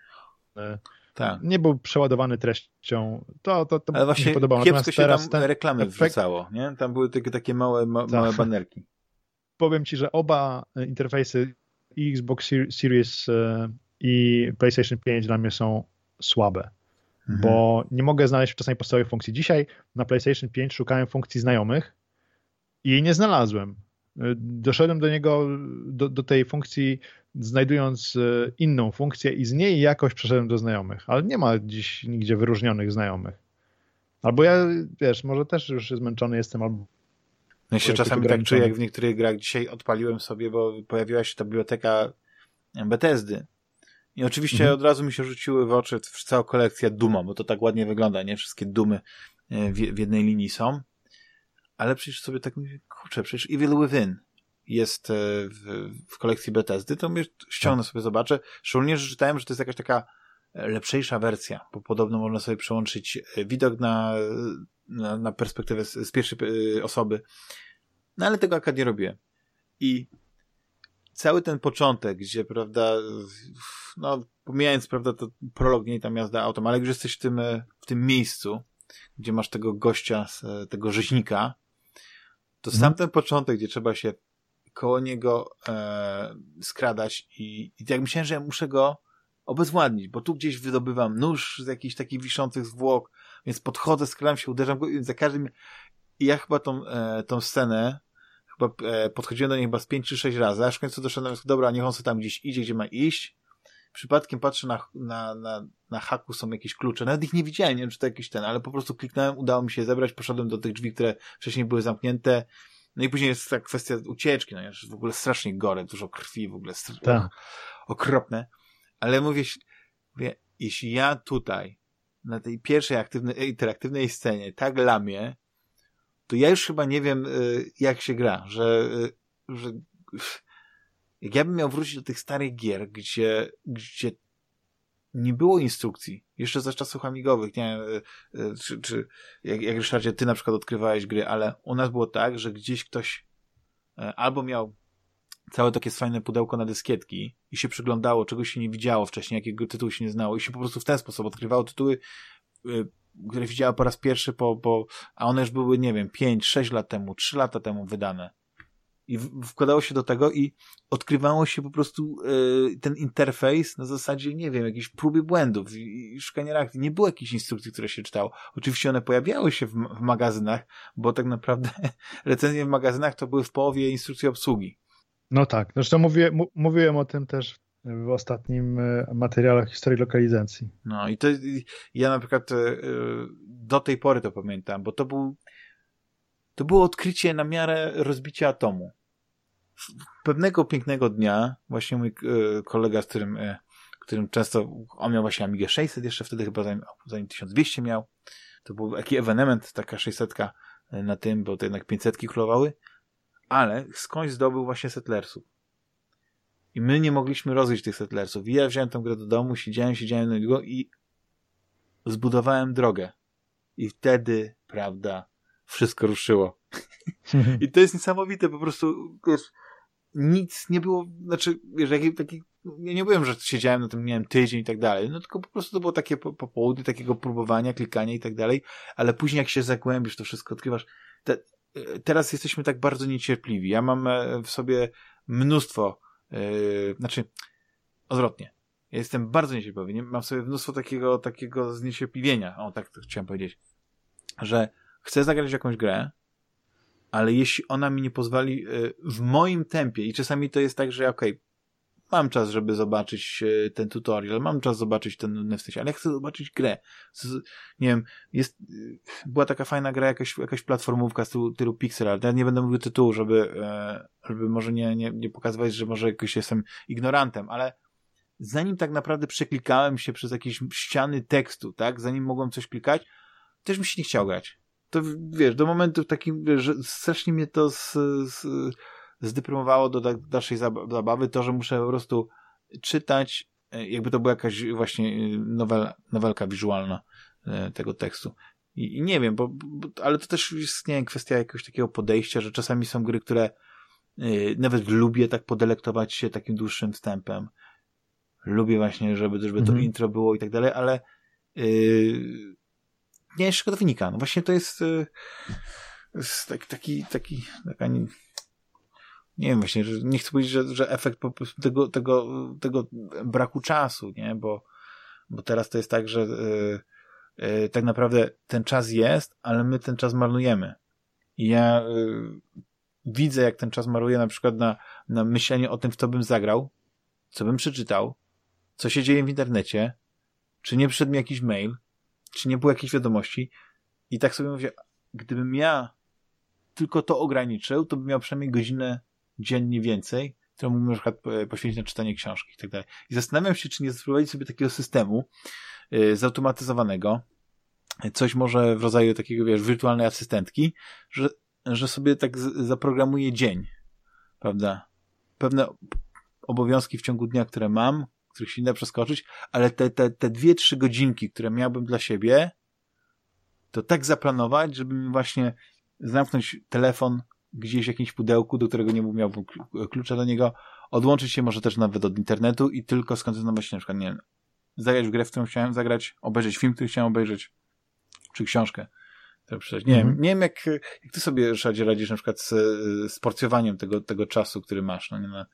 Tak. Nie był przeładowany treścią. To ale właśnie mi się podobało. Kiepsko się tam reklamy wrzucało, nie? Tam były takie małe banerki. Powiem ci, że oba interfejsy Xbox Series i PlayStation 5 dla mnie są słabe, bo nie mogę znaleźć czasami podstawowych funkcji. Dzisiaj na PlayStation 5 szukałem funkcji znajomych i jej nie znalazłem. Doszedłem do niego, do tej funkcji, znajdując inną funkcję i z niej jakoś przeszedłem do znajomych, ale nie ma dziś nigdzie wyróżnionych znajomych. Albo ja, wiesz, może też już zmęczony jestem, albo... Ja się czasami tak czuję, jak w niektórych grach. Dzisiaj odpaliłem sobie, bo pojawiła się ta biblioteka Bethesdy. I oczywiście od razu mi się rzuciły w oczy cała kolekcja Duma, bo to tak ładnie wygląda, nie? Wszystkie Dumy w jednej linii są. Ale przecież sobie tak mówię, kurczę, przecież Evil Within jest w kolekcji Bethesdy, to mnie ściągnę sobie, zobaczę. Szczególnie, że czytałem, że to jest jakaś taka lepszejsza wersja, bo podobno można sobie przełączyć widok na perspektywę z pierwszej osoby. No ale tego akurat nie robiłem. I cały ten początek, gdzie, prawda, no pomijając, prawda, to prolog, nie tam jazda autem, ale jak już jesteś w tym miejscu, gdzie masz tego gościa, tego rzeźnika, to sam ten początek, gdzie trzeba się koło niego skradać i jak myślałem, że ja muszę go obezwładnić, bo tu gdzieś wydobywam nóż z jakichś takich wiszących zwłok, więc podchodzę, skradam się, uderzam go i za każdym... I ja chyba tą scenę podchodziłem do niej chyba z 5 czy 6 razy, aż w końcu doszedłem, dobra, niech on sobie tam gdzieś idzie, gdzie ma iść. Przypadkiem patrzę na haku są jakieś klucze. Nawet ich nie widziałem, nie wiem, czy to jakiś ale po prostu kliknąłem, udało mi się zebrać, poszedłem do tych drzwi, które wcześniej były zamknięte. No i później jest ta kwestia ucieczki, no już w ogóle strasznie gore, dużo krwi, w ogóle okropne. Ale mówię, jeśli ja tutaj na tej pierwszej interaktywnej scenie tak lamię, to ja już chyba nie wiem, jak się gra, że jak ja bym miał wrócić do tych starych gier, gdzie nie było instrukcji, jeszcze za czasów amigowych, nie wiem, czy jak Ryszardzie, ty na przykład odkrywałeś gry, ale u nas było tak, że gdzieś ktoś albo miał całe takie fajne pudełko na dyskietki i się przyglądało, czego się nie widziało wcześniej, jakiego tytułu się nie znało i się po prostu w ten sposób odkrywało tytuły, które widziała po raz pierwszy a one już były, nie wiem, 5-6 lat temu, 3 lata temu wydane. I wkładało się do tego i odkrywało się po prostu ten interfejs na zasadzie, nie wiem, jakiejś próby błędów i szukania reakcji. Nie było jakichś instrukcji, które się czytało. Oczywiście one pojawiały się w magazynach, bo tak naprawdę recenzje w magazynach to były w połowie instrukcji obsługi. No tak. Zresztą mówiłem o tym też w ostatnim materiale historii lokalizacji. No i to ja na przykład do tej pory to pamiętam, bo to było odkrycie na miarę rozbicia atomu. Pewnego pięknego dnia właśnie mój kolega, z którym często, on miał właśnie Amigę 600, jeszcze wtedy chyba zanim 1200 miał, to był taki ewenement, taka 600 na tym, bo to jednak 500 królowały, ale skądś zdobył właśnie Settlersów. I my nie mogliśmy rozgryźć tych Settlersów. I ja wziąłem tę grę do domu, siedziałem na niego i zbudowałem drogę. I wtedy, prawda, wszystko ruszyło. I to jest niesamowite, po prostu, wiesz, nic nie było, znaczy, wiesz, ja nie byłem, że siedziałem na tym, nie wiem, tydzień i tak dalej, no tylko po prostu to było takie popołudnie, takiego próbowania, klikania i tak dalej, ale później jak się zagłębisz, to wszystko odkrywasz. Teraz jesteśmy tak bardzo niecierpliwi. Ja mam w sobie mnóstwo, odwrotnie. Ja jestem bardzo niecierpliwy. Mam w sobie mnóstwo takiego zniecierpliwienia, tak to chciałem powiedzieć, że chcę zagrać w jakąś grę, ale jeśli ona mi nie pozwoli w moim tempie i czasami to jest tak, że okej, mam czas, żeby zobaczyć ten tutorial, mam czas zobaczyć ten wstęp, ale ja chcę zobaczyć grę. Nie wiem, była taka fajna gra, jakaś platformówka z tylu pixel art. Ja nie będę mówił tytułu, żeby może nie pokazywać, że może jakoś jestem ignorantem, ale zanim tak naprawdę przeklikałem się przez jakieś ściany tekstu, tak, zanim mogłem coś klikać, też mi się nie chciało grać. To wiesz, do momentu takim, wiesz, że strasznie mnie to zdeprymowało do dalszej zabawy, to, że muszę po prostu czytać, jakby to była jakaś właśnie nowelka wizualna tego tekstu. I nie wiem, ale to też jest, nie wiem, kwestia jakiegoś takiego podejścia, że czasami są gry, które nawet lubię tak podelektować się takim dłuższym wstępem. Lubię właśnie, żeby to intro było i tak dalej, ale nie, jeszcze to wynika. No właśnie to jest taka nie wiem właśnie, że nie chcę powiedzieć, że efekt po prostu tego braku czasu, nie? Bo teraz to jest tak, że tak naprawdę ten czas jest, ale my ten czas marnujemy. I ja widzę, jak ten czas marnuję na przykład na myślenie o tym, w co bym zagrał, co bym przeczytał, co się dzieje w internecie, czy nie przyszedł mi jakiś mail, czy nie było jakiejś wiadomości. I tak sobie mówię, gdybym ja tylko to ograniczył, to bym miał przynajmniej godzinę dziennie więcej, którą mógłbym na przykład poświęcić na czytanie książki i tak dalej. I zastanawiam się, czy nie spróbować sobie takiego systemu zautomatyzowanego, coś może w rodzaju takiego, wiesz, wirtualnej asystentki, że sobie tak zaprogramuję dzień, prawda? Pewne obowiązki w ciągu dnia, które mam, których się nie da przeskoczyć, ale te 2-3 godzinki, które miałbym dla siebie, to tak zaplanować, żeby mi właśnie zamknąć telefon gdzieś w jakimś pudełku, do którego nie miałbym klucza do niego, odłączyć się może też nawet od internetu i tylko skoncentrować się na przykład, nie wiem, zagrać w grę, w którą chciałem zagrać, obejrzeć film, który chciałem obejrzeć, czy książkę. Nie wiem, jak ty sobie, Ryszardzie, radzisz na przykład z porcjowaniem tego czasu, który masz, no nie,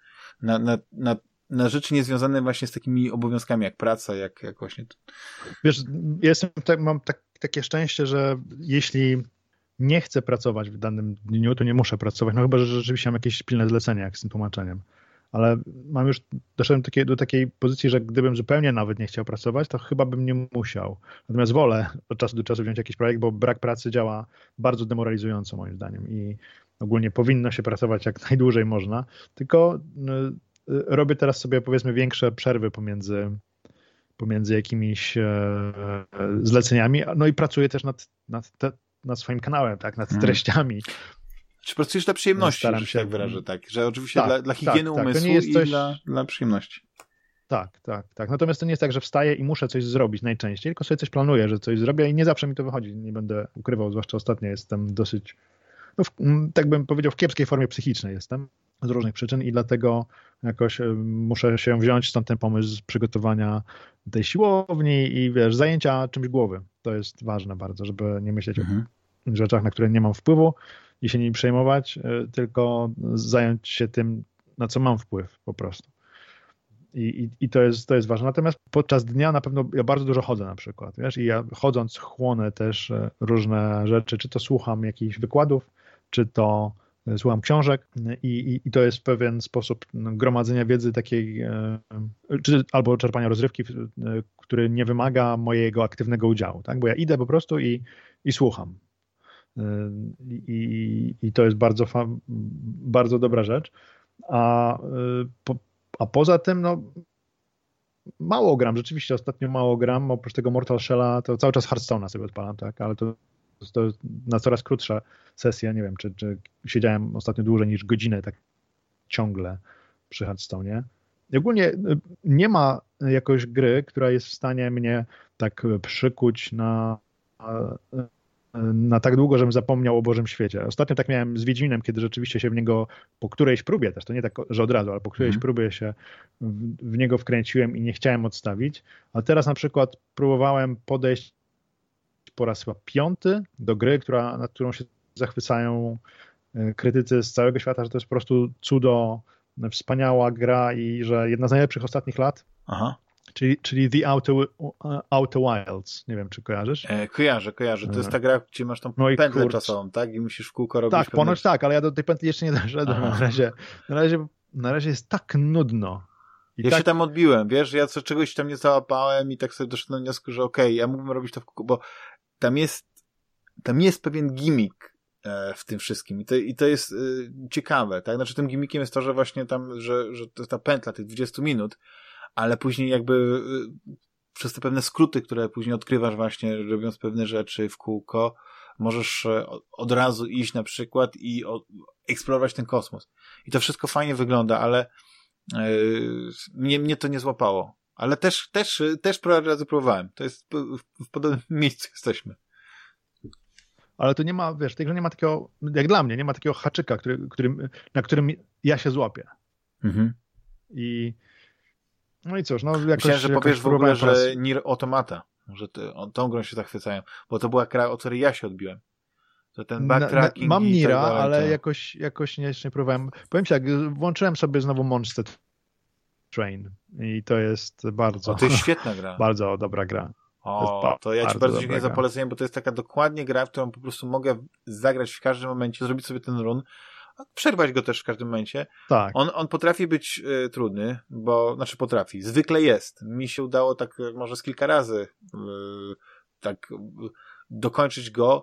na rzeczy niezwiązane właśnie z takimi obowiązkami, jak praca, jak właśnie... Wiesz, mam takie szczęście, że jeśli nie chcę pracować w danym dniu, to nie muszę pracować, no chyba, że rzeczywiście mam jakieś pilne zlecenie, jak z tym tłumaczeniem. Ale doszedłem do takiej pozycji, że gdybym zupełnie nawet nie chciał pracować, to chyba bym nie musiał. Natomiast wolę od czasu do czasu wziąć jakiś projekt, bo brak pracy działa bardzo demoralizująco moim zdaniem i ogólnie powinno się pracować jak najdłużej można, tylko robię teraz sobie, powiedzmy, większe przerwy pomiędzy jakimiś zleceniami, no i pracuję też nad swoim kanałem, tak, nad treściami. Czy pracujesz dla przyjemności, staram się, tak wyrażę, tak, że oczywiście dla higieny umysłu i coś... dla przyjemności. Tak. Natomiast to nie jest tak, że wstaję i muszę coś zrobić najczęściej, tylko sobie coś planuję, że coś zrobię i nie zawsze mi to wychodzi. Nie będę ukrywał, zwłaszcza ostatnio jestem dosyć, tak bym powiedział, w kiepskiej formie psychicznej jestem z różnych przyczyn i dlatego jakoś muszę się wziąć, stąd ten pomysł z przygotowania tej siłowni i wiesz, zajęcia czymś głowy. To jest ważne bardzo, żeby nie myśleć o rzeczach, na które nie mam wpływu i się nimi przejmować, tylko zająć się tym, na co mam wpływ po prostu. I to jest ważne. Natomiast podczas dnia na pewno ja bardzo dużo chodzę na przykład, wiesz, i ja chodząc chłonę też różne rzeczy, czy to słucham jakichś wykładów, czy to słucham książek i to jest pewien sposób gromadzenia wiedzy takiej, albo czerpania rozrywki, który nie wymaga mojego aktywnego udziału, tak? Bo ja idę po prostu i słucham. I to jest bardzo dobra rzecz. A poza tym, no, mało gram, rzeczywiście ostatnio mało gram, oprócz tego Mortal Shell'a, to cały czas Hearthstone'a sobie odpalam, tak, ale to na coraz krótsze sesje, nie wiem, czy siedziałem ostatnio dłużej niż godzinę, tak ciągle przy Hearthstone'ie. I ogólnie nie ma jakoś gry, która jest w stanie mnie tak przykuć na tak długo, żebym zapomniał o Bożym świecie. Ostatnio tak miałem z Wiedźminem, kiedy rzeczywiście się w niego po którejś próbie też, to nie tak, że od razu, ale po którejś próbie się w niego wkręciłem i nie chciałem odstawić. A teraz na przykład próbowałem podejść po raz chyba 5. do gry, nad którą się zachwycają krytycy z całego świata, że to jest po prostu cudo, wspaniała gra i że jedna z najlepszych ostatnich lat. Aha. Czyli The Outer Wilds. Nie wiem, czy kojarzysz? Kojarzę. To jest ta gra, gdzie masz tą pętlę czasową, tak? I musisz w kółko robić... Tak, ponoć tak, ale ja do tej pętli jeszcze nie doszedłem. Na razie jest tak nudno. Ja się tam odbiłem, wiesz, ja czegoś tam nie załapałem i tak sobie doszedłem do wniosku, że okej, ja mógłbym robić to w kółko, bo tam jest pewien gimmick w tym wszystkim i to jest ciekawe, tak? Znaczy tym gimmickiem jest to, że właśnie tam, że to jest ta pętla tych 20 minut, ale później jakby przez te pewne skróty, które później odkrywasz właśnie, robiąc pewne rzeczy w kółko, możesz od razu iść na przykład i eksplorować ten kosmos. I to wszystko fajnie wygląda, ale mnie to nie złapało. Ale też parę razy próbowałem. To jest w podobnym miejscu jesteśmy. Ale to nie ma, wiesz, w tej grze nie ma takiego, jak dla mnie, nie ma takiego haczyka, na którym ja się złapię. Mhm. No i cóż, no jakoś... Myślałem, że powiesz w ogóle, że Nier Automata, że tą grą się zachwycają, bo to była gra, od której ja się odbiłem. To ten backtracking mam i Niera, tak dalej, ale to... jakoś nie próbowałem. Powiem ci, jak włączyłem sobie znowu Monster Train i to jest bardzo... to jest świetna gra. Bardzo dobra gra. To ja ci bardzo dziękuję za polecenie, bo to jest taka dokładnie gra, w którą po prostu mogę zagrać w każdym momencie, zrobić sobie ten run, przerwać go też w każdym momencie. Tak. On potrafi być trudny, potrafi. Zwykle jest. Mi się udało tak może z kilka razy dokończyć go,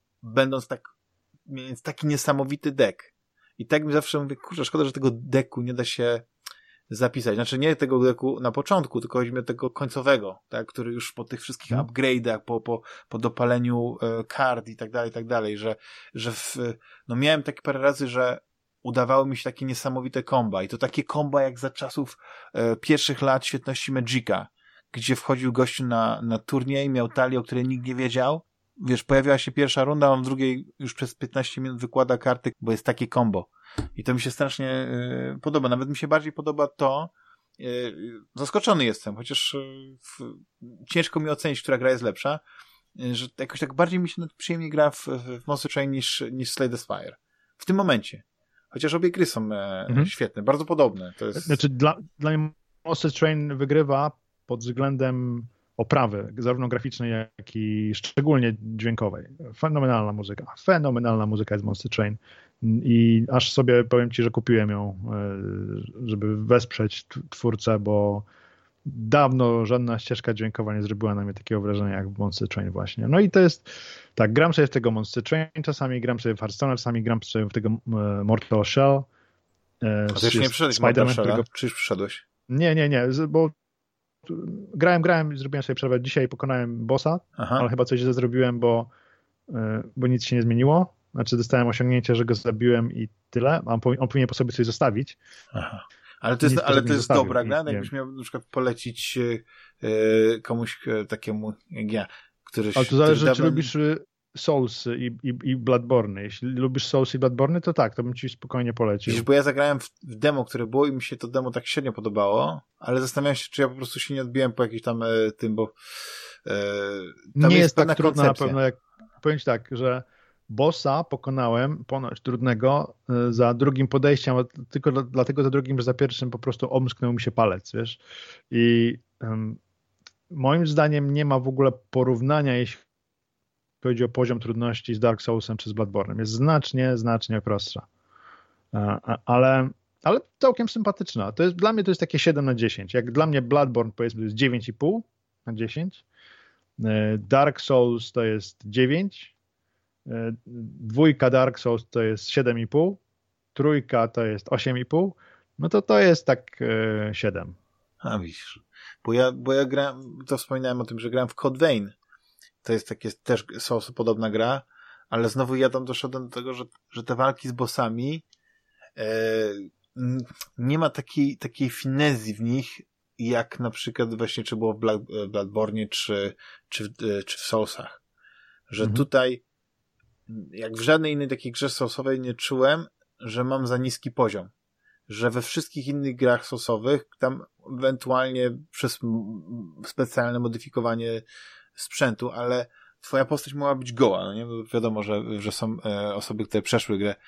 mając taki niesamowity deck. I tak mi zawsze mówię, kurczę, szkoda, że tego decku nie da się zapisać. Znaczy nie tego decku na początku, tylko chodzi mi o tego końcowego, tak, który już po tych wszystkich upgrade'ach, po dopaleniu kart i tak dalej, że miałem takie parę razy, że udawało mi się takie niesamowite komba i to takie komba jak za czasów pierwszych lat świetności Magica, gdzie wchodził gościu na turniej, miał talię, o której nikt nie wiedział. Wiesz, pojawiła się pierwsza runda, on w drugiej już przez 15 minut wykłada karty, bo jest takie combo. I to mi się strasznie podoba. Nawet mi się bardziej podoba to, zaskoczony jestem, chociaż ciężko mi ocenić, która gra jest lepsza, że jakoś tak bardziej mi się przyjemnie gra w Monster Train niż Slay the Spire. W tym momencie. Chociaż obie gry są świetne, bardzo podobne. To jest... Znaczy dla mnie Monster Train wygrywa pod względem oprawy, zarówno graficznej, jak i szczególnie dźwiękowej. Fenomenalna muzyka jest Monster Train i aż sobie powiem ci, że kupiłem ją, żeby wesprzeć twórcę, bo dawno żadna ścieżka dźwiękowa nie zrobiła na mnie takiego wrażenia jak w Monster Train właśnie. No i to jest, tak, gram sobie w tego Monster Train, czasami gram sobie w Hearthstone, czasami gram sobie w tego Mortal Shell. A ty już nie przyszedłeś Mortal Shella? Czy już przyszedłeś? Nie, bo grałem, zrobiłem sobie przerwę. Dzisiaj pokonałem bossa, ale chyba coś źle zrobiłem, bo nic się nie zmieniło. Znaczy dostałem osiągnięcie, że go zabiłem i tyle. On powinien po sobie coś zostawić. Aha. Ale to jest dobra gra. Jakbyś miał na przykład polecić komuś takiemu jak ja, ale to zależy, czy lubisz Soulsy i Bloodborne. Jeśli lubisz Soulsy i Bloodborne, to tak, to bym ci spokojnie polecił. Wiesz, bo ja zagrałem w demo, które było i mi się to demo tak średnio podobało, ale zastanawiam się, czy ja po prostu się nie odbiłem po jakimś tam tym, bo tam nie jest tak trudno na pewno, jak powiem ci tak, że bossa pokonałem ponoć trudnego za drugim podejściem, tylko dlatego za drugim, że za pierwszym po prostu omsknął mi się palec, wiesz. I moim zdaniem nie ma w ogóle porównania, jeśli chodzi o poziom trudności z Dark Soulsem czy z Bloodborne'em. Jest znacznie prostsza. Ale całkiem sympatyczna. Dla mnie to jest takie 7 na 10. Jak dla mnie Bloodborne, powiedzmy, to jest 9,5 na 10. Dark Souls to jest 9. 2 Dark Souls to jest 7,5. 3 to jest 8,5. No to jest tak 7. A widzisz. Bo ja grałem, to wspominałem o tym, że grałem w Code Vein. To jest takie też podobna gra, ale znowu ja tam doszedłem do tego, że te walki z bossami nie ma takiej finezji w nich, jak na przykład właśnie czy było w Bloodborne, czy w Soulsach. Że tutaj, jak w żadnej innej takiej grze soulsowej nie czułem, że mam za niski poziom. Że we wszystkich innych grach soulsowych, tam ewentualnie przez specjalne modyfikowanie sprzętu, ale twoja postać mogła być goła, no nie? Bo wiadomo, że są osoby, które przeszły grę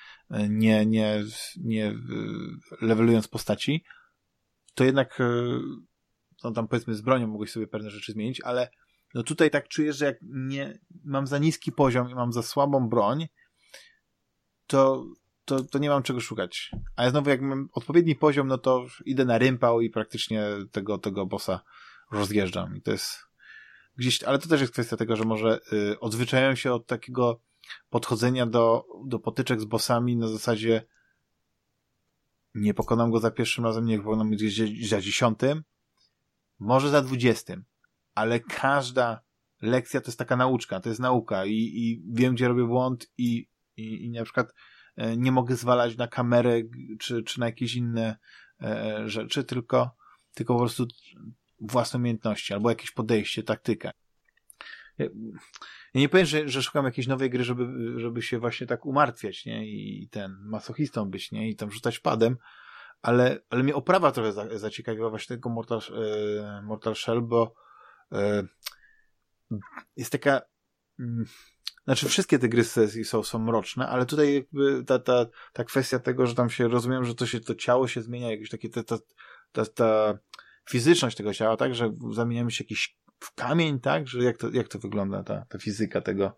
nie levelując postaci, to jednak no tam powiedzmy z bronią mogłeś sobie pewne rzeczy zmienić, ale no tutaj tak czuję, że jak nie mam za niski poziom i mam za słabą broń, to nie mam czego szukać. A znowu jak mam odpowiedni poziom, no to idę na rympał i praktycznie tego bossa rozjeżdżam. I to jest gdzieś, ale to też jest kwestia tego, że może odzwyczajają się od takiego podchodzenia do potyczek z bossami na zasadzie nie pokonam go za pierwszym razem, nie pokonam go gdzieś za 10, może za 20, ale każda lekcja to jest taka nauczka, to jest nauka i wiem, gdzie robię błąd i na przykład nie mogę zwalać na kamerę czy na jakieś inne rzeczy, tylko po prostu własne umiejętności albo jakieś podejście, taktykę. Ja nie powiem, że szukam jakiejś nowej gry, żeby się właśnie tak umartwiać, nie? I ten masochistą być, nie? I tam rzucać padem, ale mnie oprawa trochę zaciekawiła właśnie tego Mortal Shell, bo jest taka znaczy wszystkie te gry z sesji są mroczne, ale tutaj jakby ta kwestia tego, że tam się rozumiem, że to ciało się zmienia, jakieś takie ta fizyczność tego ciała, tak, że zamieniamy się jakiś w kamień, tak, że jak to wygląda ta fizyka tego?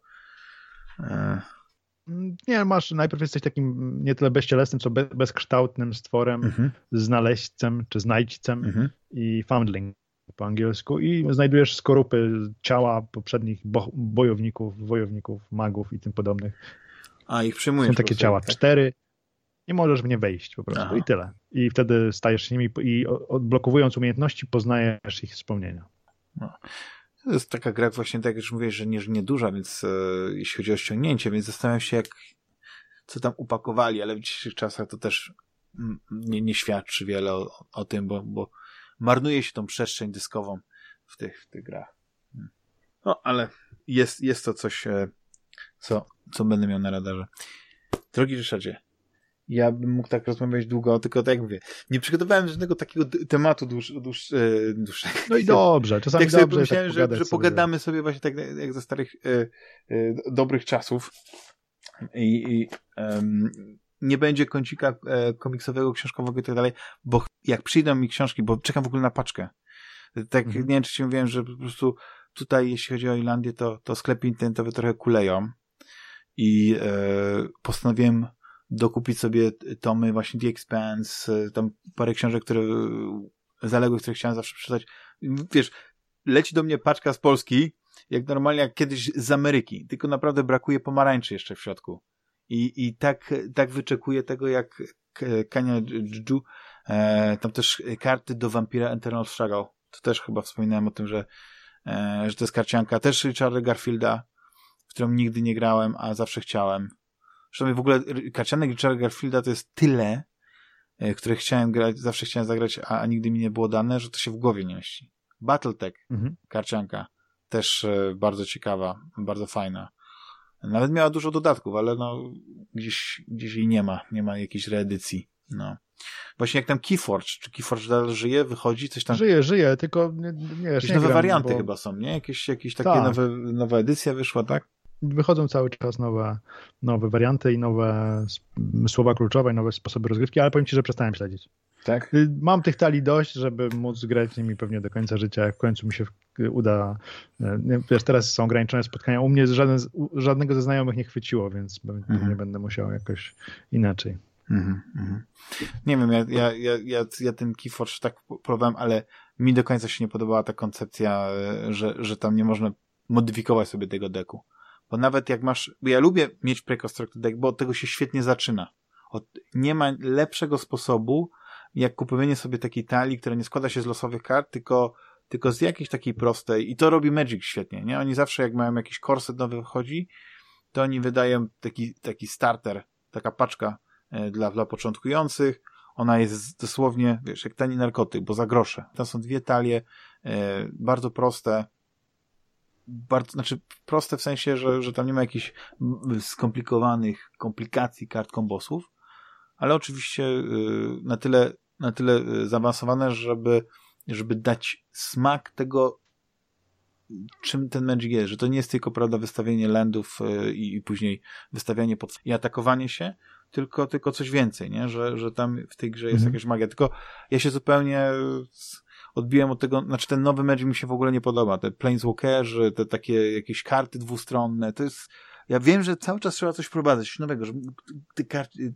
Nie, najpierw jesteś takim nie tyle bezcielesnym, co bezkształtnym stworem, znaleźcem czy znajdźcem i foundling po angielsku i znajdujesz skorupy ciała poprzednich wojowników, magów i tym podobnych. A ich przyjmujesz. Są takie ciała, tak? 4 i możesz w nie wejść po prostu. Aha. I tyle. I wtedy stajesz się nimi i odblokowując umiejętności poznajesz ich wspomnienia. No. To jest taka gra właśnie, tak jak już mówiłeś, że nieduża, więc jeśli chodzi o ściągnięcie, więc zastanawiam się co tam upakowali, ale w dzisiejszych czasach to też nie świadczy wiele o tym, bo marnuje się tą przestrzeń dyskową w tych grach. No, ale jest to coś, co będę miał na radarze. Drogi Ryszardzie, ja bym mógł tak rozmawiać długo, tylko tak jak mówię, nie przygotowałem żadnego takiego tematu dłuższego. No i dobrze, czasami tak sobie dobrze pomyślałem, tak że pogadamy sobie właśnie tak jak ze starych dobrych czasów i nie będzie kącika komiksowego, książkowego i tak dalej, bo jak przyjdą mi książki, bo czekam w ogóle na paczkę. Tak, nie wiem, czy ci mówiłem, że po prostu tutaj, jeśli chodzi o Irlandię, to sklepy internetowe trochę kuleją i postanowiłem dokupić sobie tomy właśnie The Expanse, tam parę książek, zaległych, które chciałem zawsze przeczytać. Wiesz, leci do mnie paczka z Polski, jak normalnie jak kiedyś z Ameryki, tylko naprawdę brakuje pomarańczy jeszcze w środku. I tak wyczekuję tego, jak Kania Juju, tam też karty do Vampira Eternal Struggle. To też chyba wspominałem o tym, że to jest karcianka. Też Richarda Garfielda, w którą nigdy nie grałem, a zawsze chciałem. Zresztą w ogóle karcianek Richarda Garfielda to jest tyle, które chciałem grać, zawsze chciałem zagrać, a nigdy mi nie było dane, że to się w głowie nie mieści. Battletech, karcianka, też bardzo ciekawa, bardzo fajna. Nawet miała dużo dodatków, ale no gdzieś jej nie ma jakiejś reedycji. No. Właśnie jak tam Keyforge, czy Keyforge dalej żyje, wychodzi, coś tam... Żyje, tylko nie jakieś nowe warianty chyba są, nie? Jakieś takie nowa edycja wyszła, tak? Wychodzą cały czas nowe warianty i nowe słowa kluczowe i nowe sposoby rozgrywki, ale powiem ci, że przestałem śledzić. Tak? Mam tych talii dość, żeby móc grać nimi pewnie do końca życia, jak w końcu mi się uda. Wiesz, teraz są ograniczone spotkania. U mnie żadnego ze znajomych nie chwyciło, więc pewnie będę musiał jakoś inaczej. Nie wiem, ja ten Keyforge tak próbowałem, ale mi do końca się nie podobała ta koncepcja, że tam nie można modyfikować sobie tego deku. Bo nawet jak bo ja lubię mieć pre-constructed deck, bo od tego się świetnie zaczyna. Nie ma lepszego sposobu, jak kupowanie sobie takiej talii, która nie składa się z losowych kart, tylko z jakiejś takiej prostej. I to robi Magic świetnie, nie? Oni zawsze, jak mają jakiś korset nowy wychodzi, to oni wydają taki starter, taka paczka dla początkujących. Ona jest dosłownie, wiesz, jak tani narkotyk, bo za grosze. Tam są 2 talie, bardzo proste, znaczy proste w sensie, że tam nie ma jakichś skomplikowanych komplikacji kart kombosów, ale oczywiście na tyle zaawansowane, żeby dać smak tego, czym ten Magic jest, że to nie jest tylko, prawda, wystawienie landów i później wystawianie i atakowanie się, tylko coś więcej, nie? Że tam w tej grze jest jakaś magia. Tylko ja się zupełnie odbiłem od tego, znaczy ten nowy Magic mi się w ogóle nie podoba. Te Planeswalkerzy, te takie jakieś karty dwustronne, to jest, ja wiem, że cały czas trzeba coś wprowadzać, coś nowego, żeby te karty,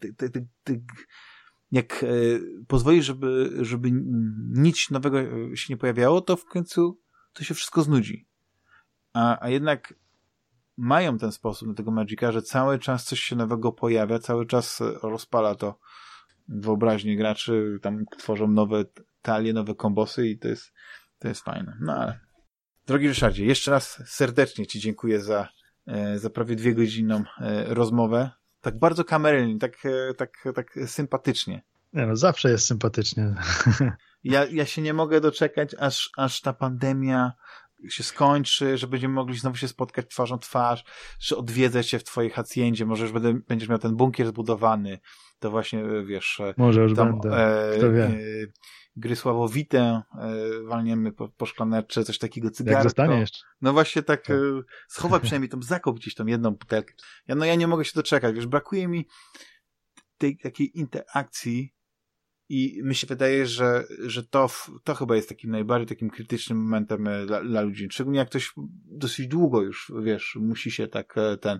jak pozwolisz, żeby nic nowego się nie pojawiało, to w końcu to się wszystko znudzi. A jednak mają ten sposób na tego Magica, że cały czas coś się nowego pojawia, cały czas rozpala to wyobraźnię graczy, tam tworzą nowe talie, nowe kombosy i to jest fajne. No ale drogi Ryszardzie, jeszcze raz serdecznie Ci dziękuję za prawie 2-godzinną rozmowę. Tak bardzo kameralnie, tak sympatycznie. Nie no, zawsze jest sympatycznie. Ja się nie mogę doczekać, aż ta pandemia się skończy, że będziemy mogli znowu się spotkać twarzą w twarz, że odwiedzę cię w twojej haciendzie, może już będziesz miał ten bunkier zbudowany, to właśnie, wiesz, może już tam, będę, kto wie. Gry sławowite, walniemy po szklaneczce, coś takiego, cygarko. Jak zostanie jeszcze. No właśnie tak, schowaj przynajmniej tam, zakop gdzieś tam jedną butelkę. Ja nie mogę się doczekać, wiesz, brakuje mi tej takiej interakcji i mi się wydaje, że to chyba jest takim najbardziej takim krytycznym momentem dla ludzi. Szczególnie jak ktoś dosyć długo już, wiesz, musi się tak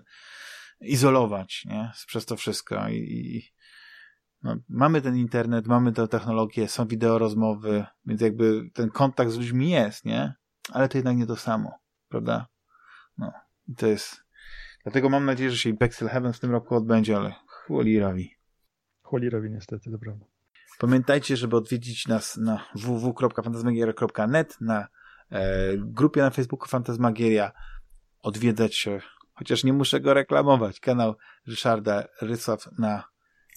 izolować, nie? Przez to wszystko i no, mamy ten internet, mamy tę technologię, są wideo rozmowy, więc jakby ten kontakt z ludźmi jest, nie? Ale to jednak nie to samo, prawda? No, i to jest... Dlatego mam nadzieję, że się i Pexel Heaven w tym roku odbędzie, ale chwalirowi niestety, to prawda. Pamiętajcie, żeby odwiedzić nas na www.fantasmagieria.net, na grupie na Facebooku Fantasmagieria, odwiedzać, chociaż nie muszę go reklamować, kanał Ryszarda Rysław na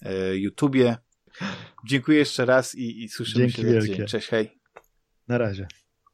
YouTubie. Dziękuję jeszcze raz i słyszymy się. Dzięki wielkie. Cześć, hej. Na razie.